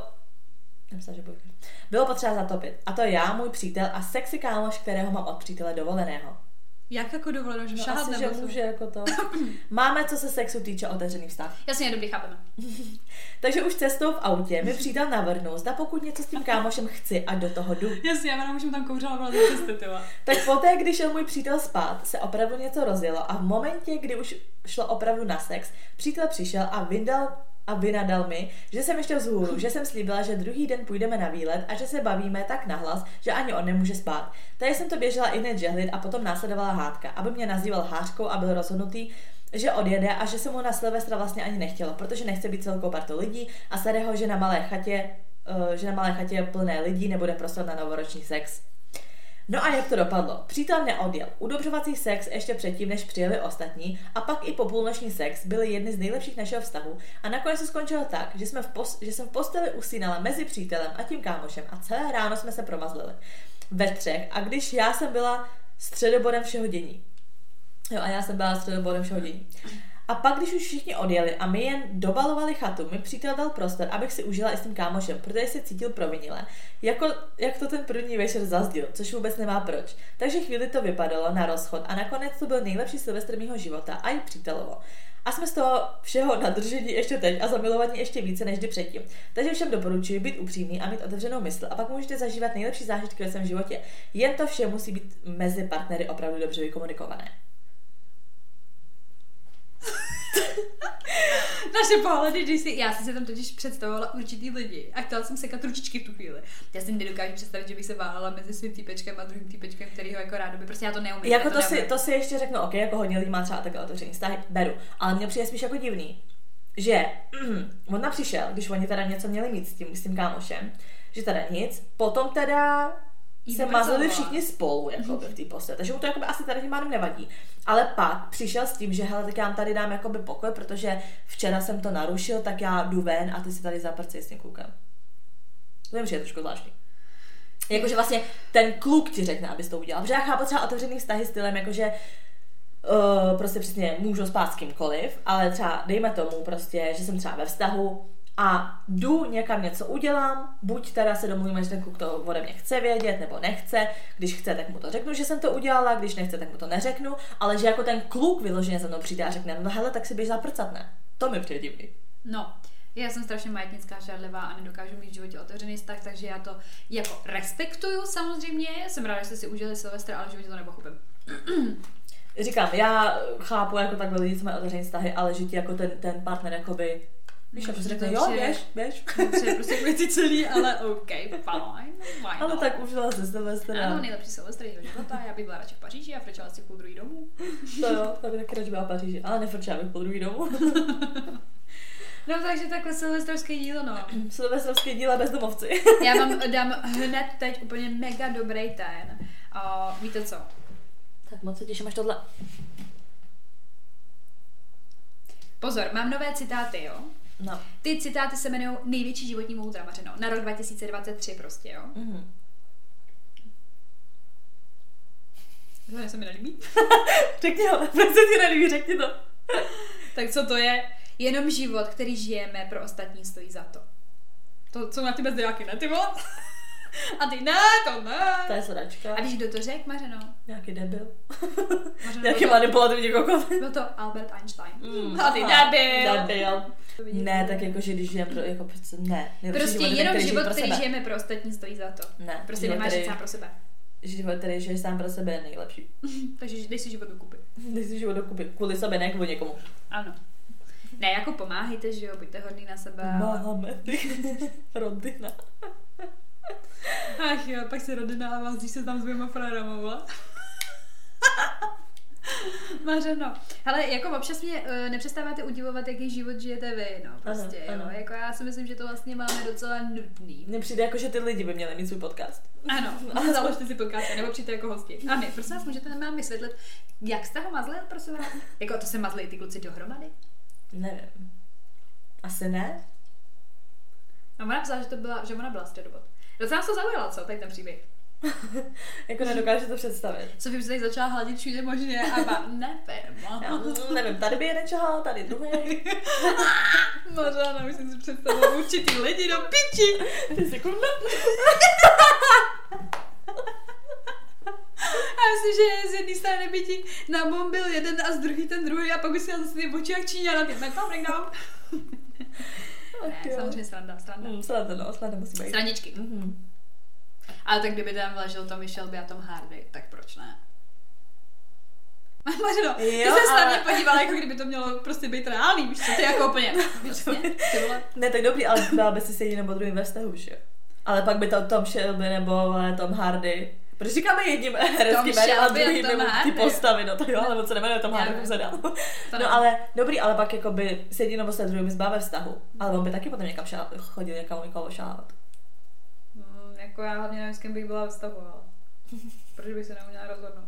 Bylo potřeba zatopit. A to já, můj přítel a sexy kámoš, kterého mám od přítele dovoleného. Jak jako dovolenou, že no, šahat asi, že může jako to. Máme, co se sexu týče, otevřený vztah. Jasně, dobrý, chápeme. Takže už cestou v autě mi přítel navrhnul, zda pokud něco s tím kámošem chci, ať do toho jdu. Jasně, já mám, tam kouřila, byla to cesty, tyva. Tak poté, když šel můj přítel spát, se opravdu něco rozjelo a v momentě, kdy už šlo opravdu na sex, přítel přišel a vyndal a vynadal mi, že jsem ještě vzhůru, že jsem slíbila, že druhý den půjdeme na výlet a že se bavíme tak nahlas, že ani on nemůže spát. Tady jsem to běžela i hned žehlit a potom následovala hádka, aby mě nazýval hářkou a byl rozhodnutý, že odjede a že se mu na Silvestra vlastně ani nechtělo, protože nechce být celkou partou lidí a starého, že na malé chatě, že na malé chatě plné lidí nebude prostor na novoroční sex. No a jak to dopadlo? Přítel neodjel. Udobřovací sex ještě předtím, než přijeli ostatní, a pak i po půlnoční sex byly jedny z nejlepších našeho vztahu a nakonec se skončilo tak, že, jsme v pos- že jsem v posteli usínala mezi přítelem a tím kámošem a celé ráno jsme se promazlili. Ve třech a když já jsem byla středobodem všeho dění. Jo, a já jsem byla středobodem všeho dění. A pak, když už všichni odjeli a my jen dobalovali chatu, mi přítel dal prostor, abych si užila i s tím kámošem, protože se cítil provinile, jako, jak to ten první večer zazdil, což vůbec nemá proč. Takže chvíli to vypadalo na rozchod a nakonec to byl nejlepší Silvestr mýho života a i přítelovo. A jsme z toho všeho nadržení ještě teď a zamilovaní ještě více než kdy předtím. Takže všem doporučuji být upřímný a mít otevřenou mysl a pak můžete zažívat nejlepší zážitky ve svém životě. Jen to vše musí být mezi partnery opravdu dobře vykomunikované. Naše pohledy, když si, já jsem si tam totiž představovala určitý lidi a chtěla jsem sekat ručičky v tu chvíli. Já si nedokážu představit, že bych se váhala mezi svým týpečkem a druhým týpečkem, který ho jako rád by. Prostě já to neumím. Jako to, to, si, to si ještě řeknu, ok, jako hodně lidí má třeba takhle otevřený vztahy, beru. Ale mně přijde spíš jako divný, že mm, ona přišel, když oni teda něco měli mít s tím, s tím kámošem, že teda nic, potom teda se mazali všichni spolu jako v té posteli. Takže mu to jakoby asi tady tím pádem nevadí. Ale pak přišel s tím, že hele, tak já vám tady dám jakoby pokoj, protože včera jsem to narušil, tak já jdu ven a ty si tady zaprcej s tím klukem. To mi přijde trošku zvláštní. Jakože vlastně ten kluk ti řekne, abys to udělal. Protože já chápu třeba otevřený vztahy stylem, jakože uh, prostě přesně můžu spát s kýmkoliv, ale třeba dejme tomu prostě, že jsem třeba ve vztahu a jdu někam něco udělám, buď teda se domluvíme, že ten kluk to ode mě chce vědět, nebo nechce, když chce, tak mu to řeknu, že jsem to udělala, když nechce, tak mu to neřeknu, ale že jako ten kluk vyloženě za mnou přijde a řekne, no hele, tak si běž zaprcat, ne? To mi přijde divný. No, já jsem strašně majetnická, žádlivá a nedokážu mít v životě otevřený vztah, takže já to jako respektuju samozřejmě, jsem ráda, že jste si užili Silvestr, ale v životě to nepochopím. Říkám, já chápu jako takhle lidi, co mají otevřený vztahy, ale že ti jako ten, ten partner jakoby víš, jako řekne, jo, běž, běž. To je prostě věci celý, ale OK, fine, fine. Ale tak užila se Silvestra. Ano, nejlepší Silvestr jeho života, já bych byla radši v Paříži a frčela si půl druhý domů. To jo, to bych taky radši byla v Paříži, ale nefrčela bych půl druhý domů. No takže takhle silvestrovský díl, no. Silvestrovský díl a bezdomovci. Já vám dám hned teď úplně mega dobrý ten. Uh, víte co? Tak moc se těším, až tohle. Pozor, mám nové citáty, jo? No. Ty citáty se jmenují Největší životní moudra, Mařeno. Na rok dva tisíce dvacet tři prostě, jo? Mhm. To se mi nelíbí. Řekni ho, proč se ti nelíbí, řekni to. Tak co to je? Jenom život, který žijeme, pro ostatní stojí za to. To jsou na ty bezděláky, ne ty vole? A ty ne, to ne. To je sedačka. A když kdo to řekl, Mařeno? Nějaký debil. Mařeno, nějaký manipulativní kokot. Byl to Albert Einstein. Mm. A ty debil. Debil. Ne, tak jakože když žijeme pro, jako prostě ne. Prostě život, jenom který život, pro který sebe. žijeme pro ostatní, stojí za to. Ne. Prostě nemáš žít sám pro sebe. Život, který žiješ sám pro sebe, je nejlepší. Takže dej si život dokupy. Dej si život dokupy. Kvůli sobě, ne kvůli někomu. Ano. Ne, jako pomáhejte, že jo, buďte hodný na sebe. Máme ty. Rodina. Ach jo, pak se rodina a vás, se tam s dvěma frérama, vole. Mařeno. Hele, jako občas mě uh, nepřestáváte udivovat, jaký život žijete vy, no, prostě, ano, jo. Ano. Jako já si myslím, že to vlastně máme docela nudný. Mně přijde jako, že ty lidi by měli mít svůj podcast. Ano, ale založte si podcast, nebo přijďte jako hosti. A my, prosím vás, můžete nám vysvětlit, jak jste ho mazlil, prosím vás? Jako to se mazlili ty kluci dohromady? Nevím. Asi ne? No, ona psala, že to byla, že ona byla středobod. Docela nás to zaujala, co? Tady ten příběh. Jako nedokážu to představit. Sofie se tady začala hladit všude možně a ba, nevím. Já, nevím, tady by jeden čahal, tady druhý. Mařána, už jsem si představila určitý lidi do piči. Ty sekunda. A myslím, že z jedné strany by ti nabombil jeden a z druhý ten druhý a pak by si měl zase ty oči jak Číňana, ty mental breakdown. Ne, samozřejmě sranda, sranda. Mm, sranda, no, sranda musí být. Srandičky. Mm-hmm. Ale tak kdyby tam vležel Tommy Shelby a Tom Hardy, tak proč ne? Mařeno, ty se ale... snadně podívala, jako kdyby to mělo prostě být reálný, víš co, ty jako úplně, vlastně, ty vole. Ne, tak dobrý, ale byla by si se jedním nebo druhým ve vztahu, že jo? Ale pak by to Tom Shelby nebo Tom Hardy. Proč říkáme jedním hereckým jménem a druhým nebo ty postavy, no to jo, ale on se nemenuje Tom Hardy, už se dal. No ale, dobrý, ale pak jako by s jedním nebo s druhým zbá ve vztahu. Ale on by taky potom někam šál, chodil někam někoho šálat. Mm, jako já hlavně nevím, s kým bych byla ve vztahu, ale proč bych se neuměla rozhodnout.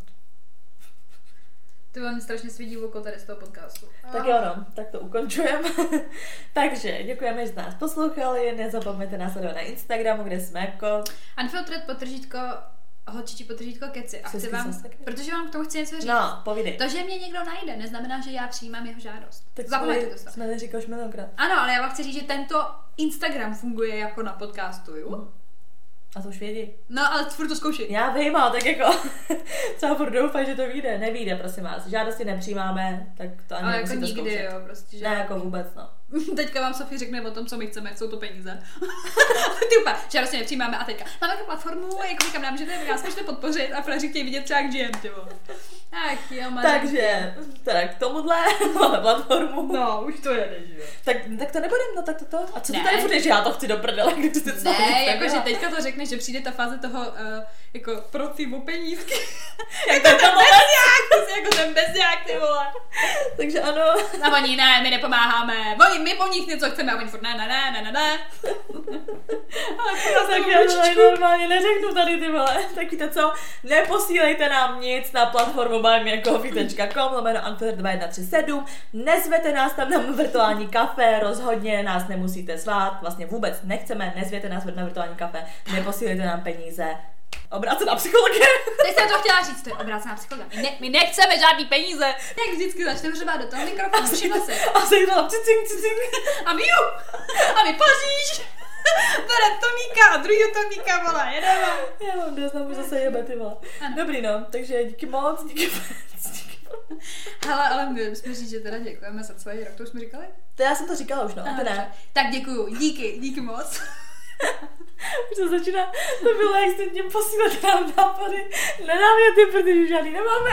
Ty vám strašně svídí oko tady z toho podcastu. Tak jo, no, tak to ukončujeme. Takže děkujeme, že jste nás poslouchali, nezapomeňte nás sledovat na Instagramu, kde jsme jako Unfiltered potržítko holčičí potržítko keci. A chci vám, protože vám k tomu chci něco říct. No, povídej. To, že mě někdo najde, neznamená, že já přijímám jeho žádost. Tak zapomeňte to. Jsme neříkali už milionkrát. Ano, ale já vám chci říct, že tento Instagram funguje jako na podcastu, jo? Mm. A to už vědí. No, ale furt to zkoušej. Já vím, ale tak jako třeba furt doufám, že to vyjde. Nevyjde, prosím vás. Žádosti nepřijímáme, tak to ani ale jako nikdy, zkoušet. Jo, prostě. Že... Ne, jako vůbec, no. Teďka vám Sofie řekne o tom, co my chceme, jsou to peníze. Ty úplně, žádosti nepřijímáme a teďka máme jako platformu, jako říkám nám, že to je, nás můžete podpořit a fraři chtějí vidět třeba jak žijem, ty vole. Ach jo, man. Takže, teda k tomuhle máme platformu. No, už to jede, že jo. Tak, tak to nebudem, no tak to to. A co ne. ty tady furt, že já to chci do prdele, když ty Ne, jakože teďka to řekneš, že přijde ta fáze toho, uh, jako prosím o penízky. Jak to ten bezják, ty jsi jako ten bezják, ty vole. Takže ano. A oni ne, my nepomáháme. Oni, my po nich něco chceme a oni furt ne, ne, ne, ne, ne, ne. Ale to tak já to normálně neřeknu tady ty vole. Tak víte co, neposílejte nám nic na platformu buy me a coffee tečka com lomeno Antler dva jedna tři sedm, nezvete nás tam na virtuální kafe, rozhodně nás nemusíte zvát, vlastně vůbec nechceme, nezvěte nás na virtuální kafe, neposílejte nám peníze. Obrácená psychologie. Teď jsem to chtěla říct, to je obrácená psychologie. My, ne, my nechceme žádný peníze. Jak vždycky začneme hřebát do toho mikrofonu, všimla se. A se jídala cicing, cicing. A my ju. A my Paříž. Berem Tomíka a druhýho Tomíka, vole, jedeme. Já mám dost, už zase jebe, ty vole. Ano. Dobrý no, takže díky moc, díky moc. Hele, ale my jsme říct, že teda děkujeme za celý rok, to už jsme říkali? To já jsem to říkala už, no, Aha, to ne. Tak děkuju, díky, díky moc. Už to začíná, to bylo jak jste tím posílat nám nápady. Nenávěty, protože už žádný nemáme.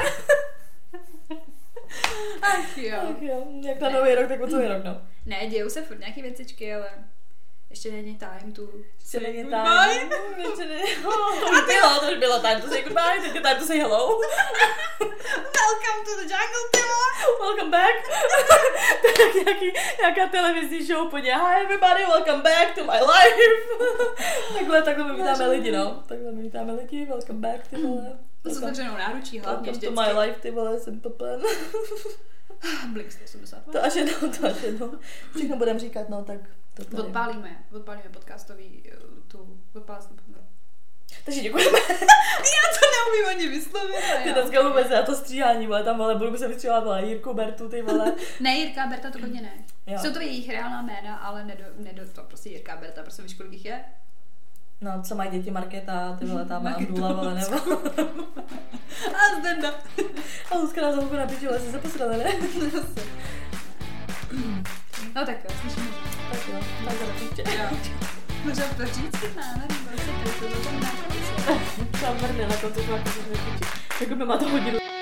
Ach jo. Ach jo, jak na nový rok, tak o celý rok, no. Ne, dějou se furt nějaký věcičky, ale ještě není time to say goodbye. Ještě není time. A ty jo, to už bylo time to say goodbye, teď je time to say hello. Welcome to the jungle, ty vole. Welcome back. To je nějaký, nějaká televizní show po ně. Hi everybody, welcome back to my life. Takhle, takhle my vítáme lidi, no. Takhle my vítáme lidi, welcome back, ty vole. To jsou zavřenou náručí hlavně vždycky. Welcome to my life, ty vole, jsem topen. Blink sto osmdesát. To až jednou, to až jednou. Všechno budeme říkat, no tak. To odpálíme, odpálíme podcastový tu, odpálíme. Takže děkujeme. Já to neumím ani vyslovit. Ty dneska vůbec na to stříhání, vole, tam vole, budu se vystříhat, vole, Jirku, Bertu, ty vole. Ne, Jirka a Berta to hodně ne. Jo. Jsou to jejich reálná jména, ale nedo, nedo to prostě Jirka a Berta, prostě víš, kolik jich je? No, co mají děti Markéta, ty vole, tam Andula, vole, nebo. A Zdenda. A Luzka nás zase napíčila, jsi se posrali, ne? No tak jo, slyšíme. Tak jo, tak to napíče. Jo. Můžeme to říct, ne, nevím, to se to to to na konci. Třeba vrne na konci, to jako se nepíče. Jako by má to hodinu.